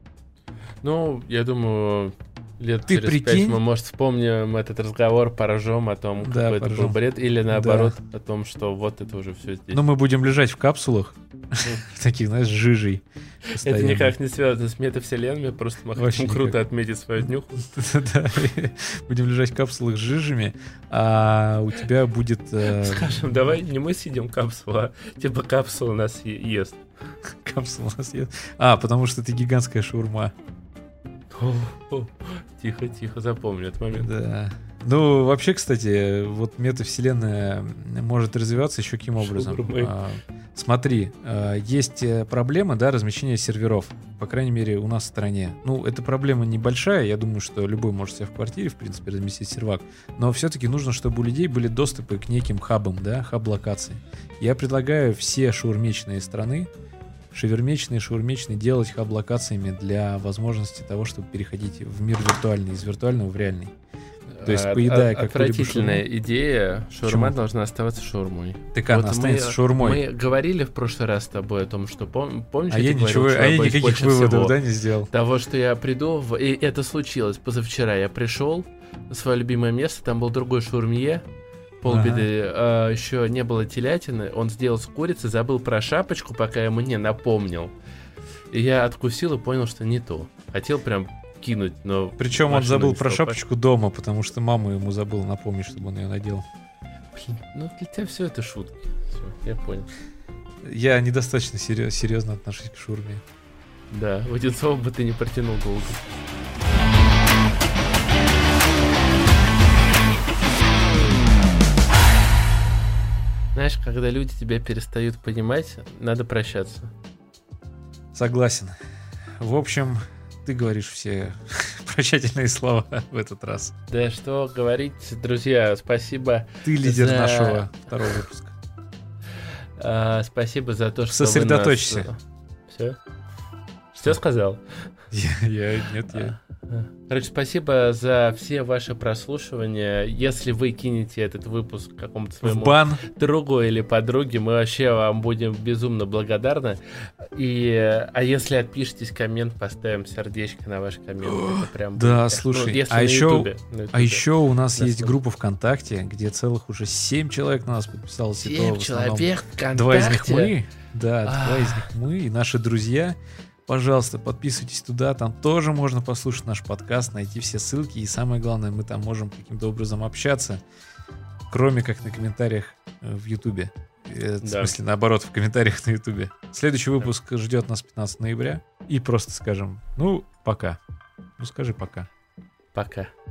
Ну, я думаю, лет Ты через прикинь? пять мы, может, вспомним этот разговор, поржем о том, да, какой поржем. это был бред, или наоборот, да. о том, что вот это уже все здесь. Но мы будем лежать в капсулах, таких, знаешь, жижей. Это никак не связано с метавселенными, просто мы хотим круто отметить свою днюху. Да, будем лежать в капсулах с жижами, а у тебя будет... Скажем, давай не мы сидим в капсуле, а типа капсула нас ест. Капсула нас ест. А, потому что это гигантская шаурма. Тихо, тихо, запомни этот момент. Да. Ну, вообще, кстати, вот метавселенная может развиваться еще каким образом? А, смотри, а, есть проблема, да, размещения серверов, по крайней мере, у нас в стране. Ну, эта проблема небольшая, я думаю, что любой может себе в квартире, в принципе, разместить сервак, но все-таки нужно, чтобы у людей были доступы к неким хабам, да, хаб-локации. Я предлагаю все шаурмечные страны, шавермечные, шаурмечные делать хаб-локациями для возможности того, чтобы переходить в мир виртуальный, из виртуального в реальный. То есть, поедая какую-либо отвратительная шаурму. идея. Шаурма Почему? должна оставаться шаурмой. Так она вот останется мы, шаурмой. Мы говорили в прошлый раз с тобой о том, что пом, помнишь, а я, я ничего, говорил, а я никаких выводов, да, не сделал. Того, что я приду, в... и это случилось позавчера. Я пришел на свое любимое место, там был другой шаурмье. Полбеды, ага. а, еще не было телятины, он сделал с курицей, забыл про шапочку, пока я мне напомнил. И я откусил и понял, что не то. Хотел прям кинуть, но... Причем он забыл про шапочку дома, потому что мама ему забыла напомнить, чтобы он ее надел. Блин, ну для тебя все это шутки. Все, я понял. Я недостаточно серьез, серьезно отношусь к шаурме. Да, в Одинцово бы ты не протянул долго. Знаешь, когда люди тебя перестают понимать, надо прощаться. Согласен. в общем, ты говоришь все прощательные слова в этот раз. Да что говорить, друзья, спасибо. Ты лидер за... нашего второго выпуска. А, спасибо за то, что сосредоточься. Вы нас... Все? Все сказал? Я, я, нет, я... Короче, спасибо за все ваши прослушивания. Если вы кинете этот выпуск какому-то своему бан. другу или подруге, мы вообще вам будем безумно благодарны. И, а если отпишитесь коммент, поставим сердечко на ваш коммент. Это прям да, будет, слушай, ну, а, еще, YouTube, а еще у нас на есть слух. группа ВКонтакте, где целых уже семь человек на нас подписалось. Семь человек ВКонтакте? Два из них мы, да, А-а-а. два из них мы и наши друзья. Пожалуйста, подписывайтесь туда, там тоже можно послушать наш подкаст, найти все ссылки, и самое главное, мы там можем каким-то образом общаться, кроме как на комментариях в Ютубе. Да. В смысле, наоборот, в комментариях на Ютубе. Следующий выпуск да. ждет нас пятнадцатого ноября, и просто скажем, ну, пока. Ну, скажи пока. Пока.